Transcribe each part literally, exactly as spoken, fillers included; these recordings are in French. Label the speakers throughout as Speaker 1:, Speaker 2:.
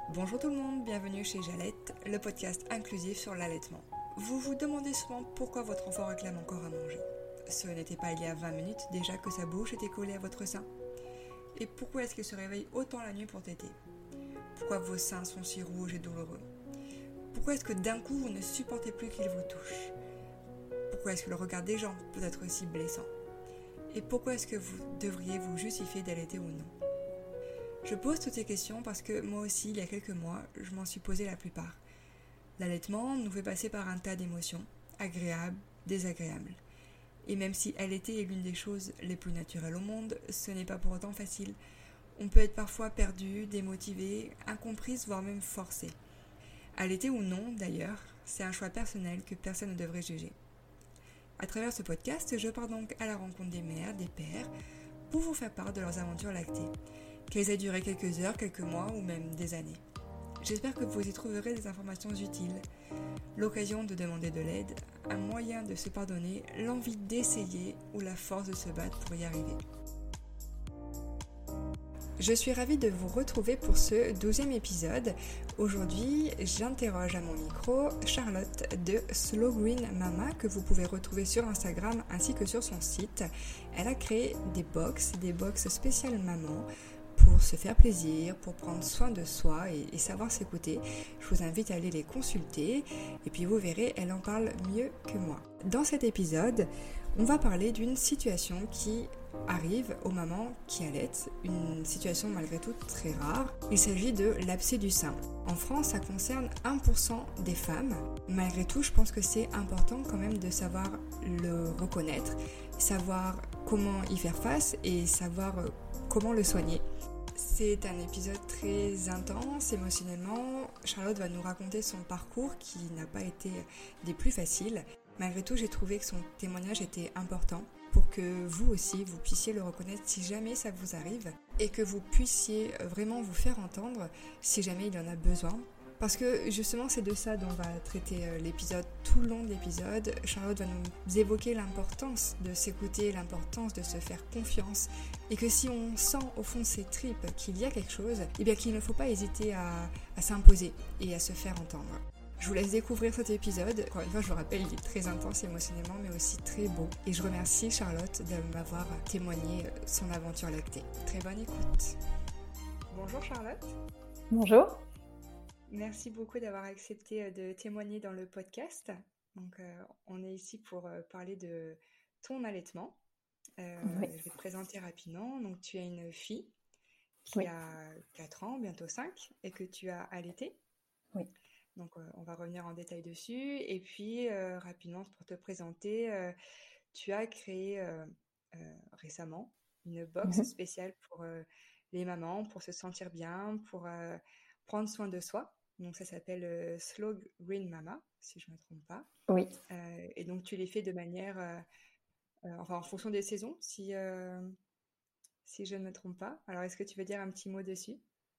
Speaker 1: Bonjour tout le monde, bienvenue chez Jalette, le podcast inclusif sur l'allaitement. Vous vous demandez souvent pourquoi votre enfant réclame encore à manger. Ce n'était pas il y a vingt minutes déjà que sa bouche était collée à votre sein. Et pourquoi est-ce qu'il se réveille autant la nuit pour téter? Pourquoi vos seins sont si rouges et douloureux? Pourquoi est-ce que d'un coup vous ne supportez plus qu'il vous touche? Pourquoi est-ce que le regard des gens peut être aussi blessant? Et pourquoi est-ce que vous devriez vous justifier d'allaiter ou non? Je pose toutes ces questions parce que moi aussi, il y a quelques mois, je m'en suis posé la plupart. L'allaitement nous fait passer par un tas d'émotions, agréables, désagréables. Et même si allaiter est l'une des choses les plus naturelles au monde, ce n'est pas pour autant facile. On peut être parfois perdu, démotivé, incomprise, voire même forcé. Allaiter ou non, d'ailleurs, c'est un choix personnel que personne ne devrait juger. À travers ce podcast, je pars donc à la rencontre des mères, des pères, pour vous faire part de leurs aventures lactées, qu'elles aient duré quelques heures, quelques mois ou même des années. J'espère que vous y trouverez des informations utiles, l'occasion de demander de l'aide, un moyen de se pardonner, l'envie d'essayer ou la force de se battre pour y arriver. Je suis ravie de vous retrouver pour ce douzième épisode. Aujourd'hui, j'interroge à mon micro Charlotte de Slow Green Mama que vous pouvez retrouver sur Instagram ainsi que sur son site. Elle a créé des box, des box spéciales maman pour se faire plaisir, pour prendre soin de soi et, et savoir s'écouter. Je vous invite à aller les consulter et puis vous verrez, elle en parle mieux que moi. Dans cet épisode, on va parler d'une situation qui arrive aux mamans qui allaitent, une situation malgré tout très rare. Il s'agit de l'abcès du sein. En France, ça concerne un pour cent des femmes. Malgré tout, je pense que c'est important quand même de savoir le reconnaître, savoir comment y faire face et savoir comment le soigner. C'est un épisode très intense émotionnellement. Charlotte va nous raconter son parcours qui n'a pas été des plus faciles. Malgré tout, j'ai trouvé que son témoignage était important pour que vous aussi, vous puissiez le reconnaître si jamais ça vous arrive et que vous puissiez vraiment vous faire entendre si jamais il y en a besoin. Parce que justement, c'est de ça dont on va traiter l'épisode. Tout le long de l'épisode, Charlotte va nous évoquer l'importance de s'écouter, l'importance de se faire confiance et que si on sent au fond de ses tripes qu'il y a quelque chose, eh bien qu'il ne faut pas hésiter à, à s'imposer et à se faire entendre. Je vous laisse découvrir cet épisode. Encore une fois, je vous rappelle, il est très intense émotionnellement, mais aussi très beau. Et je remercie Charlotte de m'avoir témoigné son aventure lactée. Très bonne écoute. Bonjour Charlotte.
Speaker 2: Bonjour.
Speaker 1: Merci beaucoup d'avoir accepté de témoigner dans le podcast. Donc, euh, on est ici pour euh, parler de ton allaitement. Euh,
Speaker 2: Oui.
Speaker 1: Je vais te présenter rapidement. Donc, tu as une fille qui
Speaker 2: Oui.
Speaker 1: a quatre ans, bientôt cinq, et que tu as allaitée.
Speaker 2: Oui.
Speaker 1: Donc, euh, on va revenir en détail dessus. Et puis, euh, rapidement, pour te présenter, euh, tu as créé euh, euh, récemment une box
Speaker 2: Mhm.
Speaker 1: spéciale pour euh, les mamans, pour se sentir bien, pour euh, prendre soin de soi. Donc, ça s'appelle euh, Slow Green Mama, si je ne me trompe pas.
Speaker 2: Oui.
Speaker 1: Euh, et donc, tu les fais de manière, euh, euh, enfin, en fonction des saisons, si, euh, si je ne me trompe pas. Alors, est-ce que tu veux dire un petit mot dessus?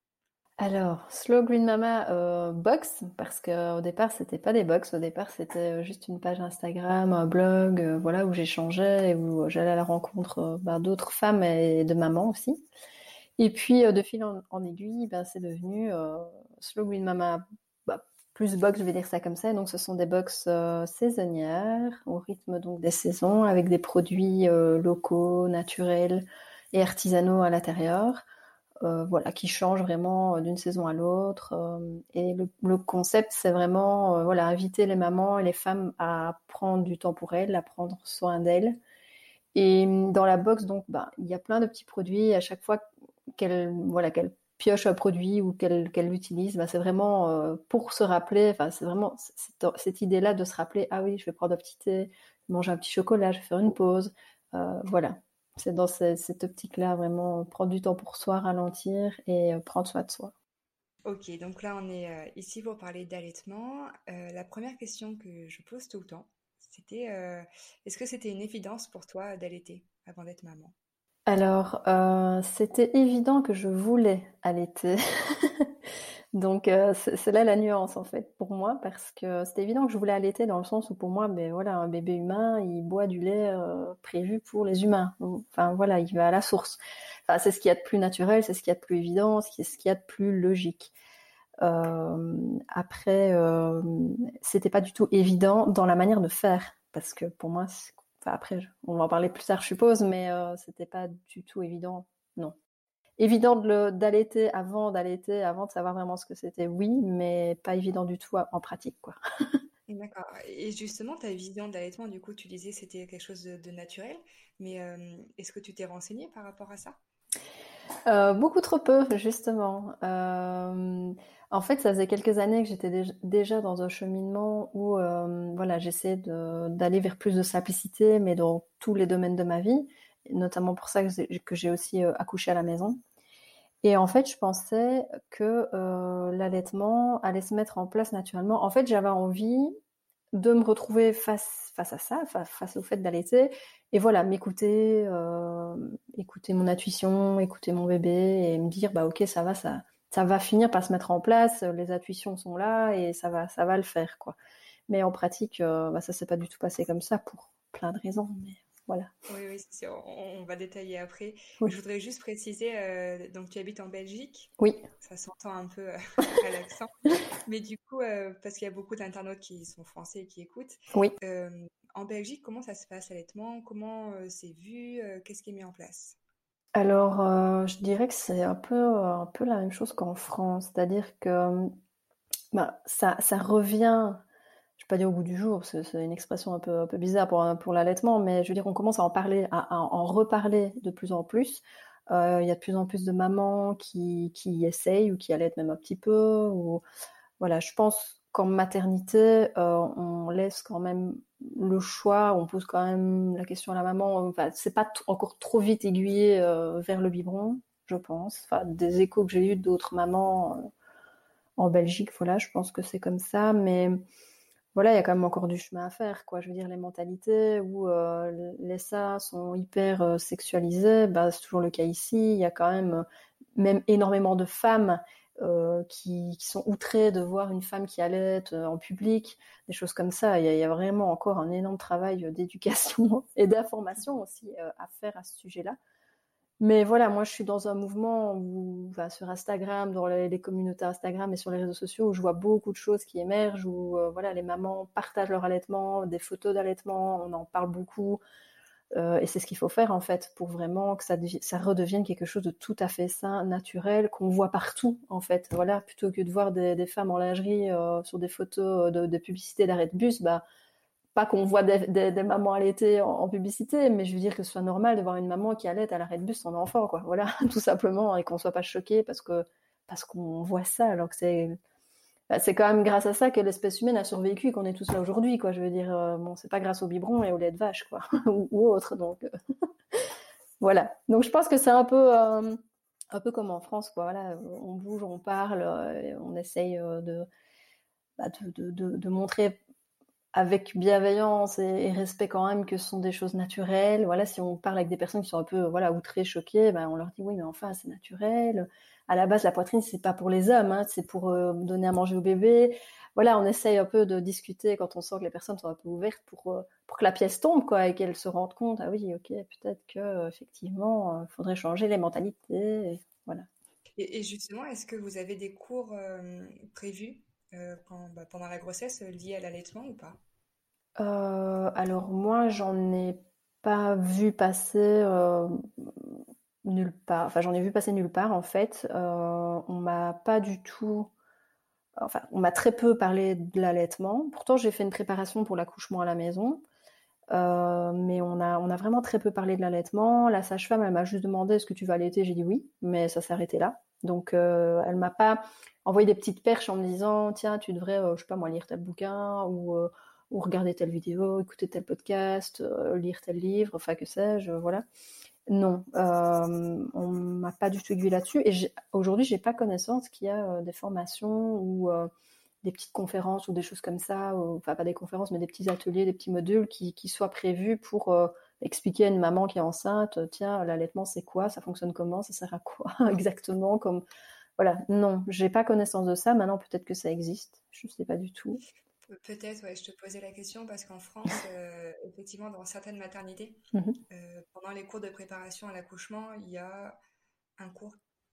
Speaker 2: Alors, Slow Green Mama euh, box, parce qu'au départ, c'était pas des box. Au départ, c'était juste une page Instagram, un blog, euh, voilà, où j'échangeais et où j'allais à la rencontre euh, ben, d'autres femmes et de mamans aussi. Et puis, euh, de fil en, en aiguille, ben, c'est devenu euh, Slow Green Mama bah, plus box, je vais dire ça comme ça. Donc, ce sont des box euh, saisonnières, au rythme donc des saisons, avec des produits euh, locaux, naturels et artisanaux à l'intérieur. Euh, voilà, qui changent vraiment d'une saison à l'autre. Euh, et le, le concept, c'est vraiment euh, voilà, inviter les mamans et les femmes à prendre du temps pour elles, à prendre soin d'elles. Et dans la box, donc, bah, il y a plein de petits produits. À chaque fois qu'elle, voilà, qu'elle pioche un produit ou qu'elle, qu'elle l'utilise, bah, c'est vraiment euh, pour se rappeler. Enfin, c'est vraiment cette, cette idée-là de se rappeler, ah oui, je vais prendre un petit thé, manger un petit chocolat, je vais faire une pause. Euh, voilà. C'est dans ce, cette optique-là, vraiment prendre du temps pour soi, ralentir et euh, prendre soin de soi.
Speaker 1: Ok, donc là, on est euh, ici pour parler d'allaitement. Euh, la première question que je pose tout le temps, c'était euh, est-ce que c'était une évidence pour toi d'allaiter avant d'être maman?
Speaker 2: Alors, euh, c'était évident que je voulais allaiter. Donc, euh, c'est, c'est là la nuance, en fait, pour moi, parce que c'était évident que je voulais allaiter dans le sens où, pour moi, ben, voilà, un bébé humain, il boit du lait euh, prévu pour les humains. Enfin, voilà, il va à la source. Enfin, c'est ce qu'il y a de plus naturel, c'est ce qu'il y a de plus évident, c'est ce qu'il y a de plus logique. Euh, après, euh, c'était pas du tout évident dans la manière de faire, parce que pour moi, c'est... enfin, après, on va en parler plus tard, je suppose, mais euh, c'était pas du tout évident, non. Évident de le, d'allaiter avant d'allaiter, avant de savoir vraiment ce que c'était, oui, mais pas évident du tout en pratique, quoi.
Speaker 1: D'accord. Et justement, ta vision de l'allaitement, du coup, tu disais que c'était quelque chose de, de naturel, mais euh, est-ce que tu t'es renseignée par rapport à ça?
Speaker 2: Euh, beaucoup trop peu, justement. Euh, en fait, ça faisait quelques années que j'étais déj- déjà dans un cheminement où, euh, voilà, j'essayais de, d'aller vers plus de simplicité, mais dans tous les domaines de ma vie, et notamment pour ça que j'ai, que j'ai aussi euh, accouché à la maison. Et en fait, je pensais que euh, l'allaitement allait se mettre en place naturellement. En fait, j'avais envie de me retrouver face face à ça, fa- face au fait d'allaiter, et voilà, m'écouter, euh, écouter mon intuition, écouter mon bébé, et me dire bah ok, ça va, ça ça va finir par se mettre en place, les intuitions sont là et ça va ça va le faire quoi. Mais en pratique, euh, bah, ça s'est pas du tout passé comme ça pour plein de raisons, mais voilà.
Speaker 1: Oui, oui, c'est sûr. On, on va détailler après.
Speaker 2: Oui,
Speaker 1: Je voudrais juste préciser, euh, donc tu habites en Belgique,
Speaker 2: oui,
Speaker 1: ça s'entend un peu euh, à l'accent, mais du coup, euh, parce qu'il y a beaucoup d'internautes qui sont français et qui écoutent,
Speaker 2: oui.
Speaker 1: euh, en Belgique, comment ça se passe l'allaitement? Comment euh, c'est vu? Euh, qu'est-ce qui est mis en place?
Speaker 2: Alors, euh, je dirais que c'est un peu un peu la même chose qu'en France, c'est-à-dire que bah, ça ça revient. Je vais pas dire au bout du jour, c'est, c'est une expression un peu, un peu bizarre pour, pour l'allaitement, mais je veux dire, on commence à en parler, à, à en reparler de plus en plus. Euh, Il y a de plus en plus de mamans qui, qui essayent ou qui allaitent même un petit peu. Ou voilà, je pense qu'en maternité, euh, on laisse quand même le choix, on pose quand même la question à la maman. Enfin, c'est pas t- encore trop vite aiguillé euh, vers le biberon, je pense. Enfin, des échos que j'ai eus d'autres mamans euh, en Belgique, voilà, je pense que c'est comme ça, mais voilà, il y a quand même encore du chemin à faire, quoi. Je veux dire, les mentalités où euh, les seins sont hyper euh, sexualisés, bah, c'est toujours le cas ici. Il y a quand même euh, même énormément de femmes euh, qui, qui sont outrées de voir une femme qui allait euh, en public, des choses comme ça. Il y, a, il y a vraiment encore un énorme travail euh, d'éducation et d'information aussi euh, à faire à ce sujet-là. Mais voilà, moi je suis dans un mouvement où, enfin, sur Instagram, dans les, les communautés Instagram et sur les réseaux sociaux, où je vois beaucoup de choses qui émergent, où euh, voilà, les mamans partagent leur allaitement, des photos d'allaitement, on en parle beaucoup, euh, et c'est ce qu'il faut faire en fait pour vraiment que ça, devi- ça redevienne quelque chose de tout à fait sain, naturel, qu'on voit partout en fait. Voilà, plutôt que de voir des, des femmes en lingerie euh, sur des photos de, de publicité d'arrêt de bus, bah pas qu'on voit des, des, des mamans allaiter en, en publicité, mais je veux dire que ce soit normal de voir une maman qui allaite à l'arrêt de bus son enfant, quoi. Voilà, tout simplement, et qu'on soit pas choqué parce que parce qu'on voit ça, alors que c'est bah, c'est quand même grâce à ça que l'espèce humaine a survécu et qu'on est tous là aujourd'hui, quoi. Je veux dire, euh, bon, c'est pas grâce au biberon et au lait de vache, quoi, ou, ou autre. Donc euh, voilà. Donc je pense que c'est un peu euh, un peu comme en France, quoi. Voilà, on bouge, on parle, euh, on essaye euh, de, bah, de, de, de de montrer avec bienveillance et, et respect quand même que ce sont des choses naturelles. Voilà, si on parle avec des personnes qui sont un peu voilà outrées, choquées, ben on leur dit oui, mais enfin c'est naturel. À la base, la poitrine c'est pas pour les hommes, hein, c'est pour euh, donner à manger au bébé. Voilà, on essaye un peu de discuter quand on sent que les personnes sont un peu ouvertes pour euh, pour que la pièce tombe quoi et qu'elles se rendent compte ah oui ok peut-être que euh, effectivement euh, faudrait changer les mentalités. Et voilà.
Speaker 1: Et, et justement, est-ce que vous avez des cours euh, prévus euh, quand, bah, pendant la grossesse euh, liés à l'allaitement ou pas?
Speaker 2: Euh, alors moi, j'en ai pas vu passer euh, nulle part. Enfin, j'en ai vu passer nulle part en fait. Euh, on m'a pas du tout. Enfin, on m'a très peu parlé de l'allaitement. Pourtant, j'ai fait une préparation pour l'accouchement à la maison, euh, mais on a on a vraiment très peu parlé de l'allaitement. La sage-femme, elle m'a juste demandé est-ce que tu vas allaiter. J'ai dit oui, mais ça s'est arrêté là. Donc, euh, elle m'a pas envoyé des petites perches en me disant tiens, tu devrais, euh, je sais pas moi, lire tel bouquin ou euh, ou regarder telle vidéo, écouter tel podcast, euh, lire tel livre, enfin que sais-je, voilà. Non, euh, on m'a pas du tout aiguillé là-dessus. Et j'ai- aujourd'hui, j'ai pas connaissance qu'il y a euh, des formations ou euh, des petites conférences ou des choses comme ça, ou, enfin pas des conférences, mais des petits ateliers, des petits modules qui, qui soient prévus pour euh, expliquer à une maman qui est enceinte, euh, tiens, l'allaitement c'est quoi, ça fonctionne comment, ça sert à quoi exactement, comme voilà. Non, j'ai pas connaissance de ça. Maintenant, peut-être que ça existe, je sais pas du tout.
Speaker 1: Pe- Peut-être, ouais, je te posais la question parce qu'en France, euh, effectivement, dans certaines maternités,
Speaker 2: Mhm.
Speaker 1: euh, pendant les cours de préparation à l'accouchement, il y a un cours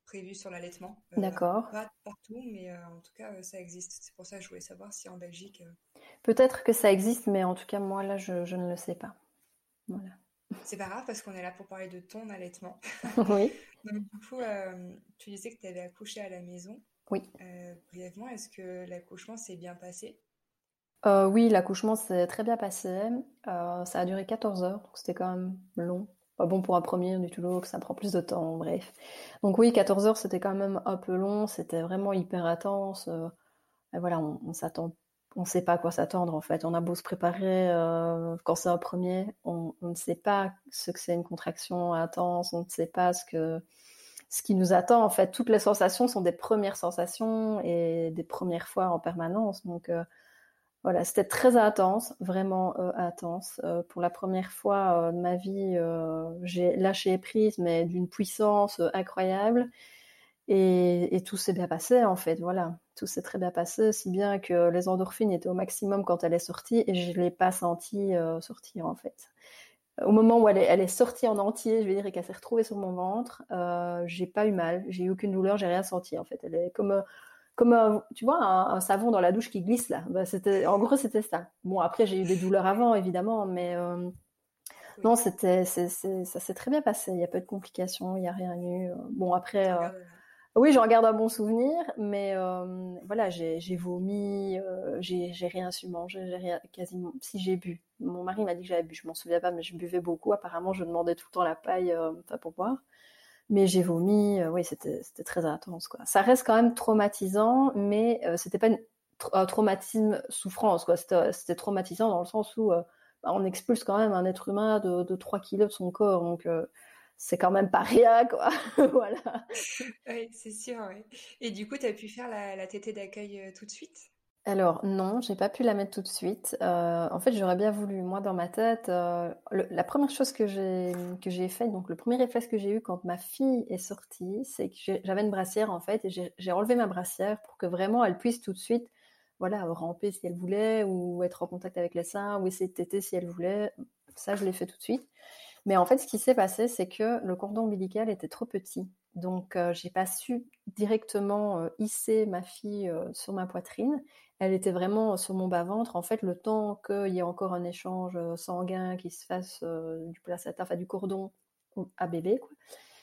Speaker 1: prévu sur l'allaitement. Euh,
Speaker 2: D'accord.
Speaker 1: pas partout, mais euh, en tout cas, euh, ça existe. C'est pour ça que je voulais savoir si en Belgique... euh,
Speaker 2: Peut-être que ça existe, mais en tout cas, moi, là, je, je ne le sais pas. Voilà.
Speaker 1: C'est pas grave parce qu'on est là pour parler de ton allaitement.
Speaker 2: Oui,
Speaker 1: Donc, du coup, euh, tu disais que tu avais accouché à la maison.
Speaker 2: oui.
Speaker 1: Euh, brièvement, est-ce que l'accouchement s'est bien passé?
Speaker 2: Euh, oui, l'accouchement s'est très bien passé. Euh, ça a duré quatorze heures, donc c'était quand même long. Pas bon pour un premier, on dit toujours que ça prend plus de temps, bref. Donc oui, quatorze heures, c'était quand même un peu long, c'était vraiment hyper intense. Euh, et voilà, on, on s'attend, on sait pas à quoi s'attendre en fait. On a beau se préparer euh, quand c'est un premier, on, on ne sait pas ce que c'est une contraction intense, on ne sait pas ce que ce qui nous attend en fait. Toutes les sensations sont des premières sensations et des premières fois en permanence, donc euh, voilà, c'était très intense, vraiment euh, intense. Euh, pour la première fois euh, de ma vie, euh, j'ai lâché prise, mais d'une puissance euh, incroyable. Et, et tout s'est bien passé, en fait. Voilà, tout s'est très bien passé, si bien que les endorphines étaient au maximum quand elle est sortie, et je l'ai pas sentie euh, sortir, en fait. Au moment où elle est, elle est sortie en entier, je vais dire, et qu'elle s'est retrouvée sur mon ventre, euh, j'ai pas eu mal, j'ai eu aucune douleur, j'ai rien senti, en fait. Elle est comme euh, comme un, tu vois, un, un savon dans la douche qui glisse là. Bah, c'était, en gros, c'était ça. Bon, après, j'ai eu des douleurs avant, évidemment, mais euh, non,
Speaker 1: Oui,
Speaker 2: c'était, c'est, c'est, ça s'est très bien passé. Il n'y a pas de complications, il n'y a rien eu. Bon, après,
Speaker 1: t'en
Speaker 2: euh,
Speaker 1: gardes rien.
Speaker 2: oui, j'en garde un bon souvenir, mais euh, voilà, j'ai, j'ai vomi, euh, j'ai, j'ai rien su manger, j'ai rien, quasiment. Si j'ai bu, mon mari m'a dit que j'avais bu, je m'en souviens pas, mais je buvais beaucoup. Apparemment, je demandais tout le temps la paille, euh, enfin, pour boire. Mais j'ai vomi, euh, oui, c'était c'était très intense, quoi. Ça reste quand même traumatisant, mais euh, c'était pas une, un traumatisme souffrance, quoi. C'était c'était traumatisant dans le sens où euh, bah, on expulse quand même un être humain de, de trois kilos de son corps, donc euh, c'est quand même pas rien, quoi. Voilà.
Speaker 1: Oui, c'est sûr, oui. Et du coup, tu as pu faire la, la tétée d'accueil euh, tout de suite?
Speaker 2: Alors non, j'ai pas pu la mettre tout de suite. Euh, en fait, j'aurais bien voulu. Moi, dans ma tête, euh, le- la première chose que j'ai que j'ai faite, donc le premier réflexe que j'ai eu quand ma fille est sortie, c'est que j'ai- j'avais une brassière en fait, et j'ai j'ai enlevé ma brassière pour que vraiment elle puisse tout de suite, voilà, ramper si elle voulait, ou être en contact avec les seins, ou essayer de téter si elle voulait. Ça, je l'ai fait tout de suite. Mais en fait, ce qui s'est passé, c'est que le cordon ombilical était trop petit. Donc, euh, j'ai pas su directement euh, hisser ma fille euh, sur ma poitrine. Elle était vraiment sur mon bas-ventre. En fait, le temps qu'il y ait encore un échange euh, sanguin qui se fasse euh, du placenta, enfin du cordon à bébé, quoi.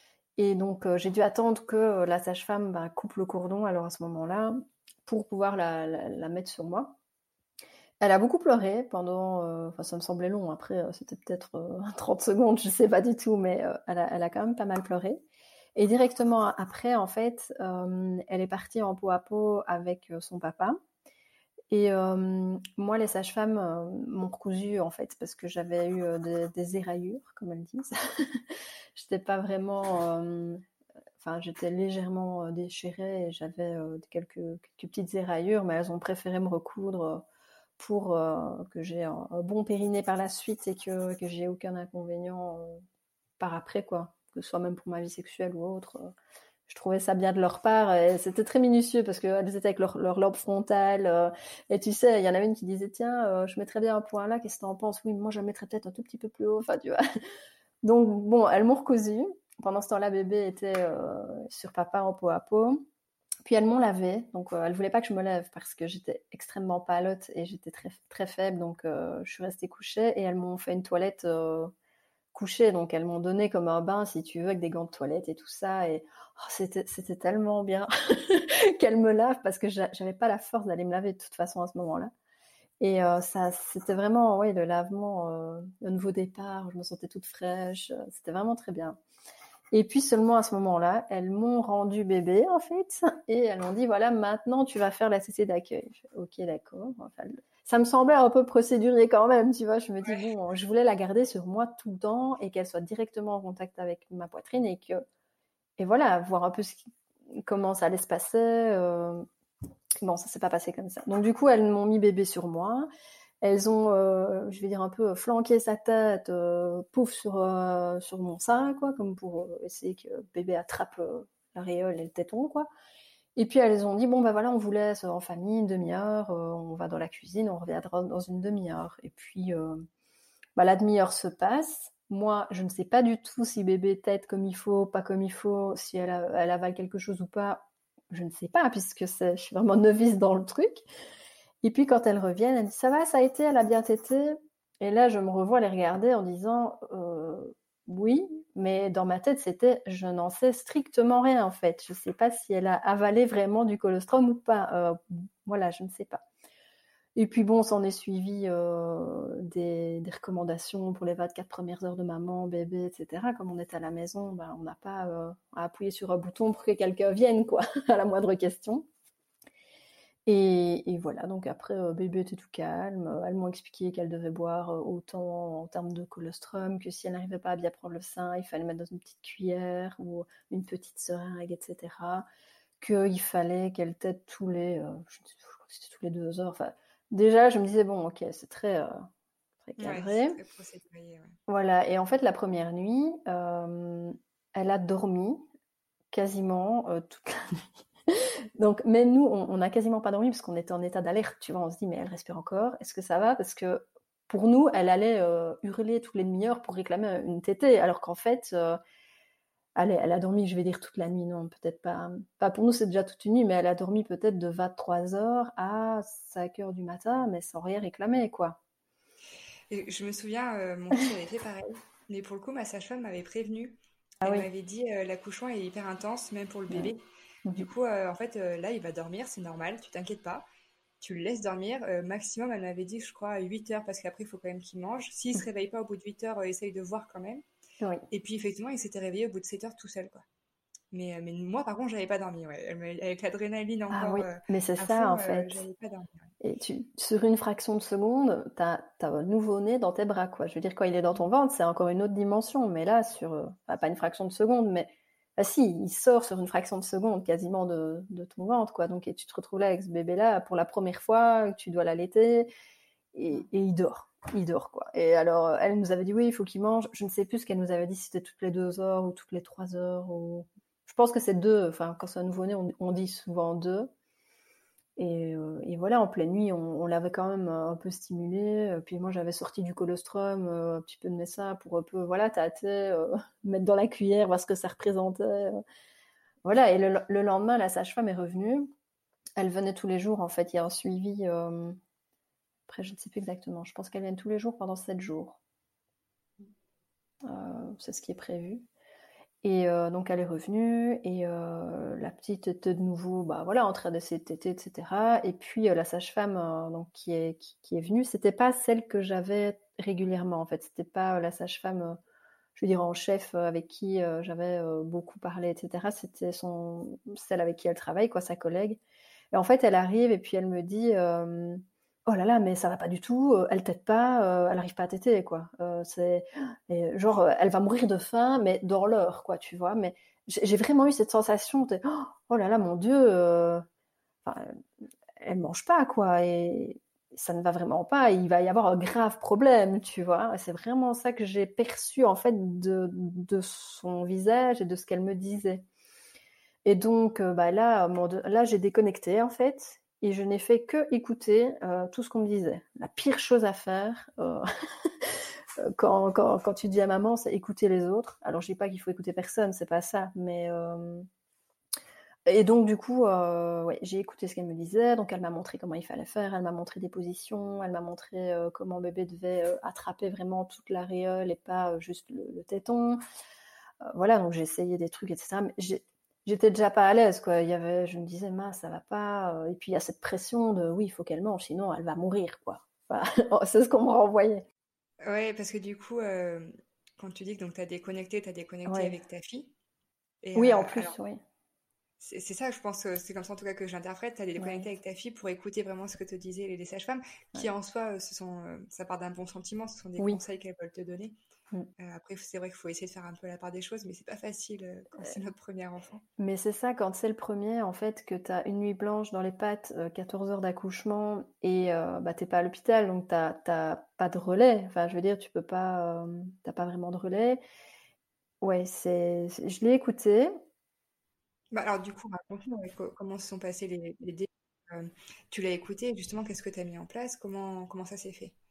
Speaker 2: Et donc, euh, j'ai dû attendre que euh, la sage-femme bah, coupe le cordon, alors à ce moment-là, pour pouvoir la, la, la mettre sur moi. Elle a beaucoup pleuré pendant, euh, enfin ça me semblait long, après euh, c'était peut-être euh, trente secondes, je sais pas du tout, mais euh, elle, a, elle a quand même pas mal pleuré. Et directement après, en fait, euh, elle est partie en peau à peau avec euh, son papa. Et euh, moi, les sages-femmes euh, m'ont recousu, en fait, parce que j'avais eu euh, des, des éraillures, comme elles disent. J'étais pas vraiment... euh, Enfin, j'étais légèrement euh, déchirée et j'avais euh, quelques, quelques petites éraillures, mais elles ont préféré me recoudre euh, pour euh, que j'ai un, un bon périnée par la suite et que, que j'ai aucun inconvénient euh, par après, quoi. Que ce soit même pour ma vie sexuelle ou autre. euh. Je trouvais ça bien de leur part et c'était très minutieux parce qu'elles étaient avec leur, leur lobe frontal. Euh, et tu sais, il y en avait une qui disait, tiens, euh, je mettrais bien un point là, qu'est-ce que t'en penses? Oui, moi je la mettrais peut-être un tout petit peu plus haut. Enfin, tu vois. Donc bon, elles m'ont recousu. Pendant ce temps-là, bébé était euh, sur papa en peau à peau. Puis elles m'ont lavé, donc euh, elles voulaient pas que je me lève parce que j'étais extrêmement pâlotte et j'étais très très faible, donc euh, je suis restée couchée et elles m'ont fait une toilette euh, couchée, donc elles m'ont donné comme un bain si tu veux avec des gants de toilette et tout ça et oh, c'était c'était tellement bien qu'elles me lavent parce que j'avais pas la force d'aller me laver de toute façon à ce moment-là. Et euh, ça, c'était vraiment, ouais, le lavement, euh, le nouveau départ. Je me sentais toute fraîche. euh, C'était vraiment très bien. Et puis seulement à ce moment-là, elles m'ont rendu bébé en fait, et elles m'ont dit voilà, maintenant tu vas faire la C C d'accueil. Je fais, ok, d'accord. Enfin, ça me semblait un peu procédurier quand même, tu vois. Je me dis
Speaker 1: Ouais.
Speaker 2: bon, je voulais la garder sur moi tout le temps et qu'elle soit directement en contact avec ma poitrine et que et voilà, voir un peu ce qui, comment ça allait se passer. Euh... Bon, ça s'est pas passé comme ça. Donc du coup, elles m'ont mis bébé sur moi. Elles ont, euh, je vais dire un peu flanqué sa tête, euh, pouf sur euh, sur mon sein, quoi, comme pour euh, essayer que bébé attrape euh, l'aréole et le téton, quoi. Et puis elles ont dit bon bah voilà, on vous laisse en famille une demi-heure, euh, on va dans la cuisine, on reviendra dans une demi-heure. Et puis euh, bah la demi-heure se passe moi, je ne sais pas du tout si bébé tète comme il faut, pas comme il faut, si elle, a- elle avale quelque chose ou pas. Je ne sais pas, puisque c'est, je suis vraiment novice dans le truc. Et puis quand elles reviennent, elle dit ça va, ça a été, elle a bien tété. Et là, je me revois les regarder en disant euh, oui, mais dans ma tête, c'était je n'en sais strictement rien en fait. Je ne sais pas si elle a avalé vraiment du colostrum ou pas. Euh, voilà, je ne sais pas. Et puis bon, s'en est suivi euh, des, des recommandations pour les vingt-quatre premières heures de maman, bébé, et cetera. Comme on est à la maison, ben, on n'a pas euh, à appuyer sur un bouton pour que quelqu'un vienne, quoi, à la moindre question. Et, et voilà, donc après, euh, bébé était tout calme. Elles m'ont expliqué qu'elle devait boire euh, autant en termes de colostrum, que si elle n'arrivait pas à bien prendre le sein, il fallait mettre dans une petite cuillère ou une petite seringue, et cetera. Qu'il fallait qu'elle tète tous les, euh, je, sais, je crois que c'était tous les deux heures. Enfin, déjà, je me disais, bon, ok, c'est très, euh, très
Speaker 1: Ouais, c'est
Speaker 2: cadré.
Speaker 1: très procédurier, ouais.
Speaker 2: Voilà, et en fait, la première nuit, euh, elle a dormi quasiment euh, toute la nuit. Donc, même nous, on n'a quasiment pas dormi parce qu'on était en état d'alerte, tu vois. On se dit, mais elle respire encore, est-ce que ça va? Parce que pour nous, elle allait euh, hurler toutes les demi-heures pour réclamer une tétée, alors qu'en fait, euh, elle, elle a dormi, je vais dire, toute la nuit, non, peut-être pas. Pas pour nous, c'est déjà toute une nuit, mais elle a dormi peut-être de vingt-trois heures à cinq heures du matin, mais sans rien réclamer, quoi.
Speaker 1: Et je me souviens, euh, mon fils avait fait pareil. Mais pour le coup, ma sage-femme m'avait prévenue.
Speaker 2: Ah
Speaker 1: Elle
Speaker 2: oui.
Speaker 1: m'avait dit, euh, l'accouchement est hyper intense, même pour le
Speaker 2: Ouais.
Speaker 1: bébé. Du
Speaker 2: Mhm.
Speaker 1: coup, euh, en fait, euh, là, il va dormir, c'est normal, tu t'inquiètes pas. Tu le laisses dormir. Euh, maximum, elle m'avait dit, je crois, à huit heures, parce qu'après, il faut quand même qu'il mange. S'il se réveille pas au bout de huit heures, euh, essaye de voir quand même.
Speaker 2: Oui.
Speaker 1: Et puis, effectivement, il s'était réveillé au bout de sept heures tout seul, quoi. Mais, euh, mais moi, par contre, j'avais pas dormi, ouais. Elle m'a- Avec l'adrénaline
Speaker 2: Ah
Speaker 1: encore
Speaker 2: oui,
Speaker 1: euh,
Speaker 2: mais c'est
Speaker 1: à
Speaker 2: ça, en
Speaker 1: fond, euh,
Speaker 2: fait.
Speaker 1: j'avais pas dormi, ouais.
Speaker 2: Et tu, sur une fraction de seconde, t'as, t'as un nouveau-né dans tes bras, quoi. Je veux dire, quand il est dans ton ventre, c'est encore une autre dimension. Mais là, sur, euh, enfin, pas une fraction de seconde, mais, ah si, il sort sur une fraction de seconde, quasiment de, de ton ventre, quoi. Donc, et tu te retrouves là avec ce bébé-là pour la première fois, tu dois l'allaiter, et, et il dort. Il dort, quoi. Et alors, elle nous avait dit, oui, il faut qu'il mange. Je ne sais plus ce qu'elle nous avait dit, si c'était toutes les deux heures ou toutes les trois heures, ou... Je pense que c'est deux. Enfin, quand c'est un nouveau-né, on, on dit souvent deux. Et, euh, et voilà, en pleine nuit, on, on l'avait quand même un peu stimulé. Puis moi, j'avais sorti du colostrum, euh, un petit peu de messa pour un peu, voilà, tâter, euh, mettre dans la cuillère, voir ce que ça représentait. Voilà, et le, le lendemain, la sage-femme est revenue. Elle venait tous les jours, en fait. Il y a un suivi, euh, après, je ne sais plus exactement. Je pense qu'elle vient tous les jours pendant sept jours. Euh, c'est ce qui est prévu. Et euh, donc elle est revenue et euh, la petite était de nouveau, bah voilà, en train de s'y téter, et cetera. Et puis euh, la sage-femme euh, donc qui est qui, qui est venue, c'était pas celle que j'avais régulièrement en fait. C'était pas euh, la sage-femme, euh, je veux dire en chef euh, avec qui euh, j'avais euh, beaucoup parlé, et cetera. C'était son celle avec qui elle travaille, quoi, sa collègue. Et en fait, elle arrive et puis elle me dit. Euh, Oh là là, mais ça va pas du tout. euh, Elle tète pas, euh, elle arrive pas à téter, quoi. Euh, c'est et genre, euh, elle va mourir de faim, mais dans l'heure, quoi, tu vois. Mais j'ai j'ai vraiment eu cette sensation de, oh, oh là là, mon Dieu, euh, enfin, elle mange pas, quoi, et ça ne va vraiment pas. Il va y avoir un grave problème, tu vois. Et c'est vraiment ça que j'ai perçu en fait de, de son visage et de ce qu'elle me disait. Et donc, euh, bah là, là, j'ai déconnecté en fait. Et je n'ai fait que écouter euh, tout ce qu'on me disait. La pire chose à faire, euh, quand, quand, quand tu dis à maman, c'est écouter les autres. Alors, je dis pas qu'il faut écouter personne, c'est pas ça, mais euh... et donc du coup, euh, ouais, j'ai écouté ce qu'elle me disait. Donc, elle m'a montré comment il fallait faire, elle m'a montré des positions, elle m'a montré euh, comment bébé devait euh, attraper vraiment toute l'aréole et pas euh, juste le, le téton. Euh, voilà, donc j'ai essayé des trucs, et cetera. Mais j'ai, j'étais déjà pas à l'aise, quoi. Il y avait, je me disais, mince, ça va pas. Et puis il y a cette pression de, oui, il faut qu'elle mange, sinon elle va mourir, quoi. Enfin, c'est ce qu'on me renvoyait.
Speaker 1: Ouais, parce que du coup, euh, quand tu dis que donc t'as déconnecté, t'as déconnecté
Speaker 2: Ouais.
Speaker 1: avec ta fille. Et
Speaker 2: Oui, en
Speaker 1: euh, alors,
Speaker 2: plus, oui.
Speaker 1: c'est c'est ça, je pense que c'est comme ça en tout cas que j'interprète. T'as déconnecté
Speaker 2: Ouais,
Speaker 1: avec ta fille pour écouter vraiment ce que te disaient les, les sages-femmes, qui
Speaker 2: ouais.
Speaker 1: en soi, euh, ce sont, euh, ça part d'un bon sentiment, ce sont des
Speaker 2: Oui.
Speaker 1: conseils qu'elles veulent te donner.
Speaker 2: Mm.
Speaker 1: Euh, après, c'est vrai qu'il faut essayer de faire un peu la part des choses, mais c'est pas facile euh, quand c'est notre premier enfant.
Speaker 2: Mais c'est ça, quand c'est le premier, en fait, que t'as une nuit blanche dans les pattes, euh, quatorze heures d'accouchement, et euh, bah, t'es pas à l'hôpital, donc t'as, t'as pas de relais. Enfin, je veux dire, tu peux pas, euh, t'as pas vraiment de relais. Ouais, c'est, c'est- je l'ai écouté.
Speaker 1: Bah, alors du coup, raconte-nous ouais, co- comment se sont passés les, les débuts. Euh, tu l'as écouté, justement, qu'est-ce que tu as mis en place? Comment, comment ça s'est fait?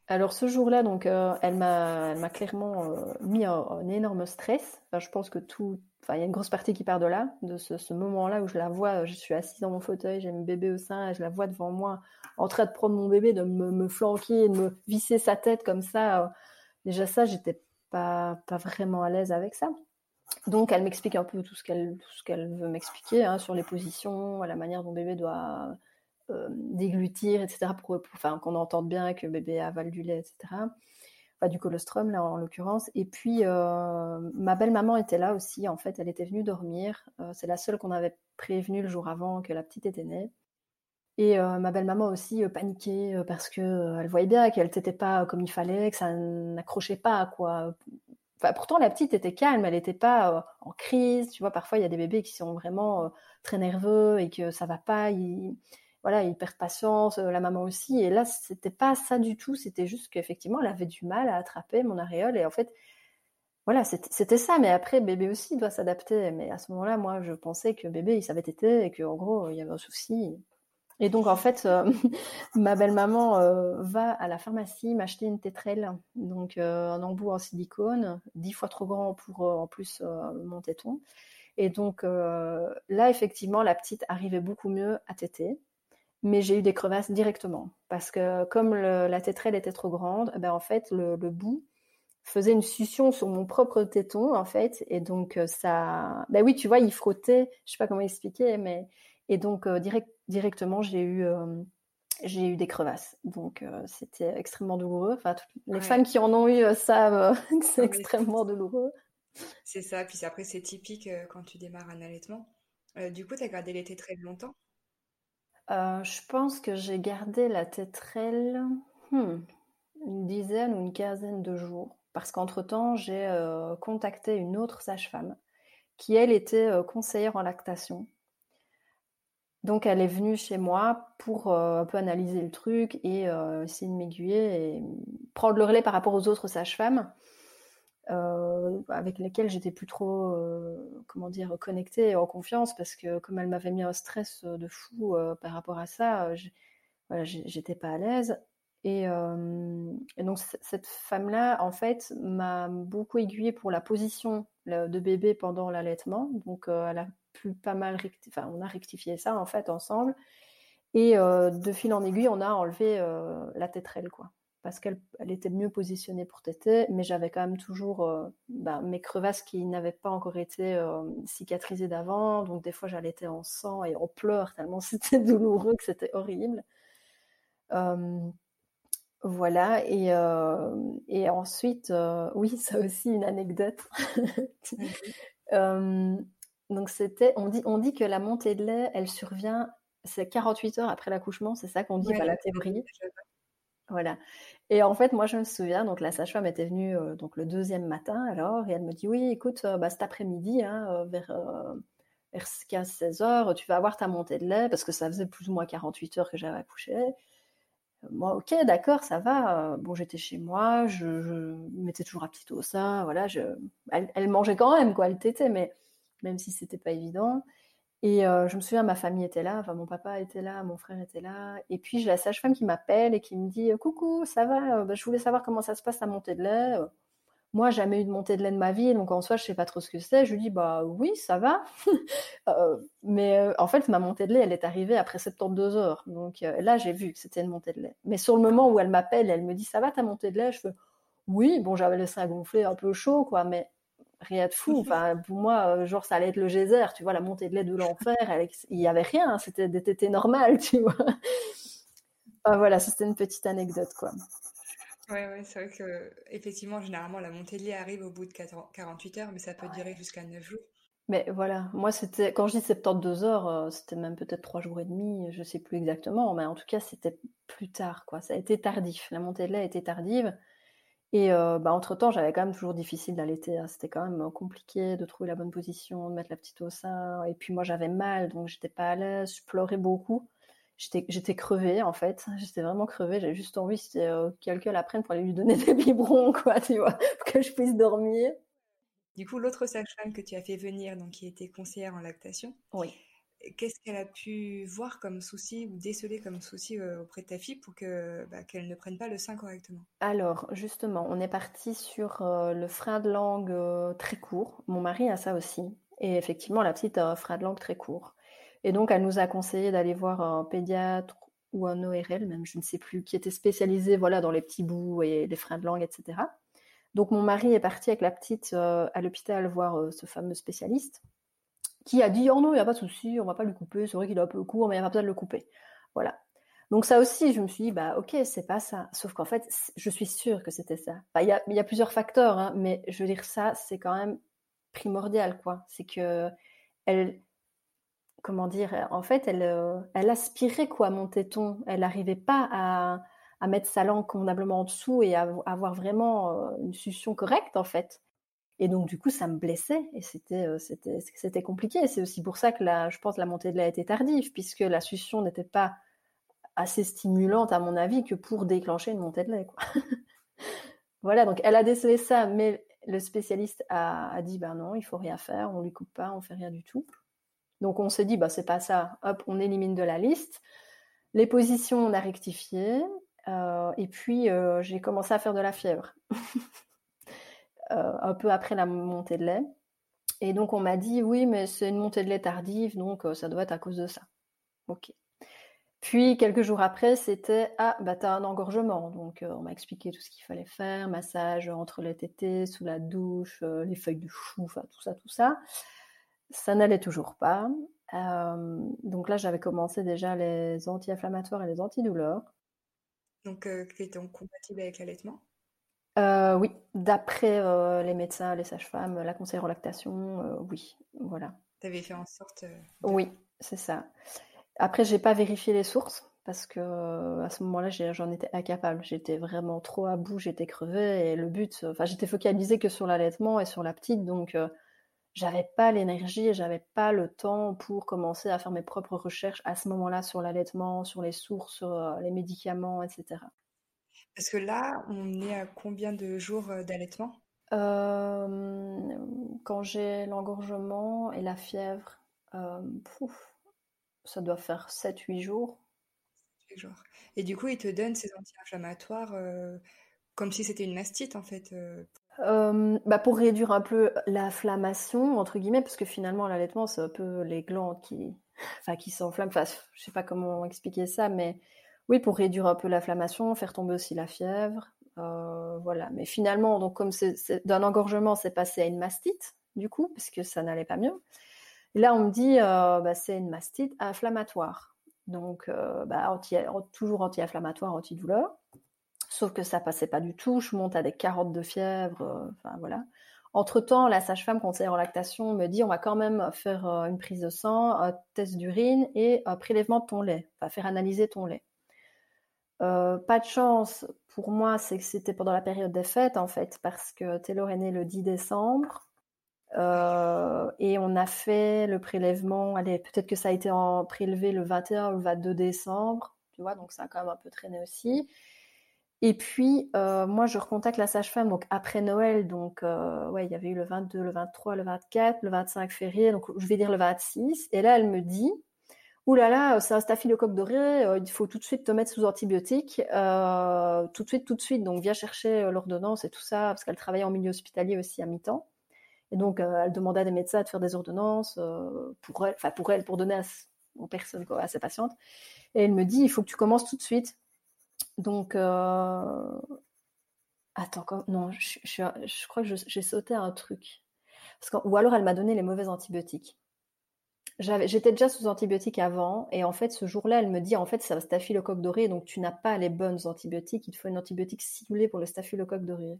Speaker 2: Alors ce jour-là, donc, euh, elle m'a, elle m'a clairement euh, mis un, un énorme stress. Enfin, je pense que tout, enfin, il y a une grosse partie qui part de là, de ce, ce moment-là où je la vois, je suis assise dans mon fauteuil, j'ai mon bébé au sein, et je la vois devant moi, en train de prendre mon bébé, de me, me flanquer, de me visser sa tête comme ça. Déjà ça, j'étais pas, pas vraiment à l'aise avec ça. Donc elle m'explique un peu tout ce qu'elle, tout ce qu'elle veut m'expliquer hein, sur les positions, la manière dont bébé doit euh, déglutir, et cetera, pour, pour enfin, qu'on entende bien que bébé avale du lait, et cetera. Enfin, du colostrum, là, en l'occurrence. Et puis, euh, ma belle-maman était là aussi, en fait, elle était venue dormir. Euh, c'est la seule qu'on avait prévenue le jour avant que la petite était née. Et euh, ma belle-maman aussi euh, paniquait euh, parce que euh, elle voyait bien qu'elle t'était pas comme il fallait, que ça n'accrochait pas, quoi. Enfin, pourtant, la petite était calme, elle n'était pas euh, en crise. Tu vois, parfois, il y a des bébés qui sont vraiment euh, très nerveux et que ça va pas. Ils, voilà, ils perdent patience, euh, la maman aussi. Et là, c'était pas ça du tout. C'était juste qu'effectivement, elle avait du mal à attraper mon aréole. Et en fait, voilà, c'était, c'était ça. Mais après, bébé aussi doit s'adapter. Mais à ce moment-là, moi, je pensais que bébé, il savait téter et qu'en gros, il y avait un souci. Et donc, en fait, euh, ma belle-maman euh, va à la pharmacie m'acheter une tétrelle, donc euh, un embout en silicone, dix fois trop grand pour euh, en plus euh, mon téton. Et donc euh, là, effectivement, la petite arrivait beaucoup mieux à téter, mais j'ai eu des crevasses directement parce que comme le, la tétrelle était trop grande, ben en fait le, le bout faisait une succion sur mon propre téton en fait, et donc euh, ça, ben oui, tu vois, il frottait, je sais pas comment expliquer, mais et donc euh, direct, directement j'ai eu euh, j'ai eu des crevasses. Donc, euh, c'était extrêmement douloureux. Enfin, toutes les femmes
Speaker 1: Ouais,
Speaker 2: qui en ont eu euh, savent euh, que c'est
Speaker 1: ah ouais,
Speaker 2: extrêmement douloureux.
Speaker 1: c'est ça. Puis après, c'est typique euh, quand tu démarres un allaitement. Euh, du coup, tu as gardé l'été très longtemps.
Speaker 2: Euh, je pense que j'ai gardé la tétrelle hmm, une dizaine ou une quinzaine de jours. Parce qu'entre-temps, j'ai euh, contacté une autre sage-femme qui, elle, était euh, conseillère en lactation. Donc, elle est venue chez moi pour euh, un peu analyser le truc et euh, essayer de m'aiguiller et prendre le relais par rapport aux autres sages-femmes. Euh, avec lesquelles j'étais plus trop, euh, comment dire, connectée et en confiance parce que comme elle m'avait mis un stress de fou euh, par rapport à ça, euh, voilà, j'étais pas à l'aise. Et, euh, et donc c- cette femme-là, en fait, m'a beaucoup aiguillée pour la position là, de bébé pendant l'allaitement. Donc euh, elle a pu pas mal, recti- enfin on a rectifié ça en fait ensemble. Et euh, de fil en aiguille, on a enlevé euh, la tétrelle, quoi. Parce qu'elle elle était mieux positionnée pour téter, mais j'avais quand même toujours euh, bah, mes crevasses qui n'avaient pas encore été euh, cicatrisées d'avant. Donc des fois, j'allaitais en sang et en pleurs tellement c'était douloureux que c'était horrible. Euh, voilà. Et, euh, et ensuite, euh, oui, ça aussi une anecdote.
Speaker 1: Mhm.
Speaker 2: euh, donc c'était, on dit, on dit que la montée de lait, elle survient, c'est quarante-huit heures après l'accouchement, c'est ça qu'on dit,
Speaker 1: Ouais,
Speaker 2: enfin la
Speaker 1: c'est le
Speaker 2: théorie.
Speaker 1: message.
Speaker 2: Voilà. Et en fait, moi, je me souviens, donc la sage-femme était venue euh, donc le deuxième matin alors, et elle me dit, oui, écoute, euh, bah, cet après-midi, hein, euh, vers, euh, vers quinze seize heures, tu vas avoir ta montée de lait, parce que ça faisait plus ou moins quarante-huit heures que j'avais accouché. Euh, Moi, ok, d'accord, ça va. Euh, Bon, j'étais chez moi, je, je mettais toujours la petite au sein, voilà, je, elle, elle mangeait quand même, quoi, elle tétait, mais même si c'était pas évident. Et euh, je me souviens, ma famille était là, enfin mon papa était là, mon frère était là. Et puis j'ai la sage-femme qui m'appelle et qui me dit coucou, ça va, euh, bah, je voulais savoir comment ça se passe la montée de lait. Euh, Moi, jamais eu de montée de lait de ma vie, donc en soi, je sais pas trop ce que c'est. Je lui dis bah oui, ça va. Euh, mais euh, en fait, ma montée de lait, elle est arrivée après soixante-douze heures. Donc euh, là, j'ai vu que c'était une montée de lait. Mais sur le moment où elle m'appelle, elle me dit ça va ta montée de lait, je fais oui. Bon, j'avais laissé un gonfler un peu chaud, quoi, mais rien de fou. Enfin, pour moi, euh, genre, ça allait être le geyser, tu vois, la montée de lait de l'enfer. Elle- Il y avait rien, hein, c'était des tétés normales, tu vois. Enfin, voilà, ça, c'était une petite anecdote, quoi.
Speaker 1: Ouais, ouais, c'est vrai que effectivement, généralement, la montée de lait arrive au bout de quarante-huit heures, mais ça peut durer jusqu'à neuf jours.
Speaker 2: Mais voilà, moi, c'était, quand je dis soixante-douze heures, euh, c'était même peut-être trois jours et demi, je sais plus exactement, mais en tout cas, c'était plus tard, quoi. Ça a été tardif. La montée de lait a été tardive. Et euh, bah, entre-temps, j'avais quand même toujours difficile d'allaiter, hein. C'était quand même euh, compliqué de trouver la bonne position, de mettre la petite au sein. Et puis moi, j'avais mal, donc j'étais pas à l'aise, je pleurais beaucoup. J'étais, j'étais crevée, en fait. J'étais vraiment crevée. J'avais juste envie que euh, quelqu'un la prenne pour aller lui donner des biberons, quoi, tu vois, pour que je puisse dormir.
Speaker 1: Du coup, l'autre sage-femme que tu as fait venir, donc qui était conseillère en lactation,
Speaker 2: Oui.
Speaker 1: qu'est-ce qu'elle a pu voir comme souci ou déceler comme souci euh, auprès de ta fille pour que bah, qu'elle ne prenne pas le sein correctement?
Speaker 2: Alors, justement, on est parti sur euh, le frein de langue euh, très court. Mon mari a ça aussi. Et effectivement, la petite a un frein de langue très court. Et donc, elle nous a conseillé d'aller voir un pédiatre ou un O R L, même, je ne sais plus, qui était spécialisé, voilà, dans les petits bouts et les freins de langue, et cetera. Donc, mon mari est parti avec la petite euh, à l'hôpital voir euh, ce fameux spécialiste, qui a dit « Oh non, il n'y a pas de souci, on va pas lui couper, c'est vrai qu'il est un peu court, mais il n'y a pas besoin de le couper. » Voilà. Donc ça aussi, je me suis dit, bah ok, c'est pas ça. Sauf qu'en fait, je suis sûre que c'était ça. Bah, il y a, il y a plusieurs facteurs, hein, mais je veux dire, ça, c'est quand même primordial, quoi. C'est que elle, comment dire, en fait, elle, euh, elle aspirait quoi, à mon téton. Elle n'arrivait pas à, à mettre sa langue convenablement en dessous et à avoir vraiment euh, une succion correcte, en fait. Et donc du coup, ça me blessait et c'était euh, c'était c'était compliqué. C'est aussi pour ça que la, je pense, la montée de lait était tardive, puisque la succion n'était pas assez stimulante à mon avis que pour déclencher une montée de lait, quoi. Voilà, donc elle a décelé ça, mais le spécialiste a, a dit ben non, il faut rien faire, on lui coupe pas, on fait rien du tout. Donc on s'est dit bah c'est pas ça, hop, on élimine de la liste. Les positions on a rectifié euh, et puis euh, j'ai commencé à faire de la fièvre euh, un peu après la montée de lait. Et donc on m'a dit oui mais c'est une montée de lait tardive donc euh, ça doit être à cause de ça. Ok. Puis quelques jours après, c'était ah bah t'as un engorgement, donc euh, on m'a expliqué tout ce qu'il fallait faire, massage entre les tétés, sous la douche, euh, les feuilles de chou, enfin tout ça, tout ça. Ça n'allait toujours pas. Euh, donc là, j'avais commencé déjà les anti-inflammatoires et les antidouleurs.
Speaker 1: Donc, euh, qui étaient compatibles avec l'allaitement?
Speaker 2: Euh, oui, d'après euh, les médecins, les sages-femmes, la conseillère en lactation, euh, oui, voilà.
Speaker 1: Tu avais fait en sorte euh, de...
Speaker 2: Oui, c'est ça. Après, j'ai pas vérifié les sources parce que euh, à ce moment-là, j'ai- j'en étais incapable. J'étais vraiment trop à bout, j'étais crevée et le but, euh, enfin, j'étais focalisée que sur l'allaitement et sur la petite, donc euh, j'avais pas l'énergie et j'avais pas le temps pour commencer à faire mes propres recherches à ce moment-là sur l'allaitement, sur les sources, sur euh, les médicaments, et cetera.
Speaker 1: Parce que là, on est à combien de jours euh, d'allaitement?
Speaker 2: Euh, Quand j'ai l'engorgement et la fièvre, euh, pouf, ça doit faire sept huit jours.
Speaker 1: Chaque jour. Et du coup, ils te donnent ces anti-inflammatoires euh, comme si c'était une mastite, en fait. euh.
Speaker 2: Euh, bah pour réduire un peu l'inflammation entre guillemets, parce que finalement l'allaitement c'est un peu les glandes qui, enfin qui s'enflamment. Enfin, je sais pas comment expliquer ça, mais oui pour réduire un peu l'inflammation, faire tomber aussi la fièvre, euh, voilà. Mais finalement donc comme c'est, c'est d'un engorgement c'est passé à une mastite du coup parce que ça n'allait pas mieux. Et là on me dit euh, bah c'est une mastite inflammatoire, donc euh, bah anti, toujours anti-inflammatoire, antidouleur. Sauf que ça passait pas du tout, je monte à des carottes de fièvre, euh, enfin voilà. Entre-temps, la sage-femme conseillère en lactation me dit on va quand même faire euh, une prise de sang, un test d'urine et un prélèvement de ton lait, enfin faire analyser ton lait. Euh, pas de chance pour moi, c'est que c'était pendant la période des fêtes en fait, parce que Taylor est né le dix décembre euh, et on a fait le prélèvement, allez, peut-être que ça a été en prélevé le vingt et un ou le vingt-deux décembre, tu vois, donc ça a quand même un peu traîné aussi. Et puis, euh, moi, je recontacte la sage-femme donc après Noël. Donc, euh, ouais, il y avait eu le vingt-deux, le vingt-trois, le vingt-quatre, le vingt-cinq férié. Donc, je vais dire le vingt-six. Et là, elle me dit, ouh là là, c'est un staphylocoque doré. Euh, il faut tout de suite te mettre sous antibiotiques. Euh, tout de suite, tout de suite. Donc, viens chercher euh, l'ordonnance et tout ça, parce qu'elle travaillait en milieu hospitalier aussi à mi-temps. Et donc, euh, elle demandait à des médecins de faire des ordonnances euh, pour elle, enfin pour elle, pour donner à, aux personnes, quoi, à ses patientes. Et elle me dit, il faut que tu commences tout de suite. Donc, euh, attends, quand... non, je, je, je crois que je- j'ai sauté un truc. Parce que, ou alors elle m'a donné les mauvais antibiotiques. J'avais, j'étais déjà sous antibiotiques avant, et en fait, ce jour-là, elle me dit, en fait, c'est un staphylocoque doré, donc tu n'as pas les bonnes antibiotiques, il te faut une antibiotique ciblée pour le staphylocoque doré.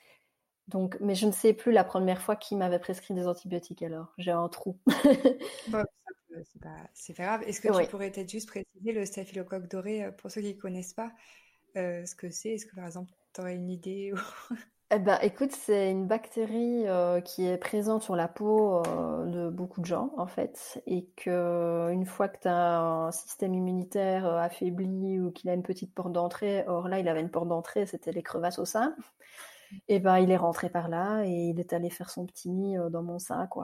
Speaker 2: Donc, mais je ne sais plus la première fois qui m'avait prescrit des antibiotiques alors. J'ai un trou.
Speaker 1: Bon, ça peut- c'est pas, c'est pas grave. Est-ce que tu
Speaker 2: Oui.
Speaker 1: pourrais peut-être juste préciser le staphylocoque doré euh, pour ceux qui ne connaissent pas euh, ce que c'est? Est-ce que par exemple, tu aurais une idée ou-
Speaker 2: Eh ben, écoute, c'est une bactérie euh, qui est présente sur la peau euh, de beaucoup de gens, en fait, et que une fois que tu as un système immunitaire euh, affaibli ou qu'il a une petite porte d'entrée, or là, il avait une porte d'entrée, c'était les crevasses au sein, et ben, il est rentré par là et il est allé faire son petit nid euh, dans mon sein, quoi, tout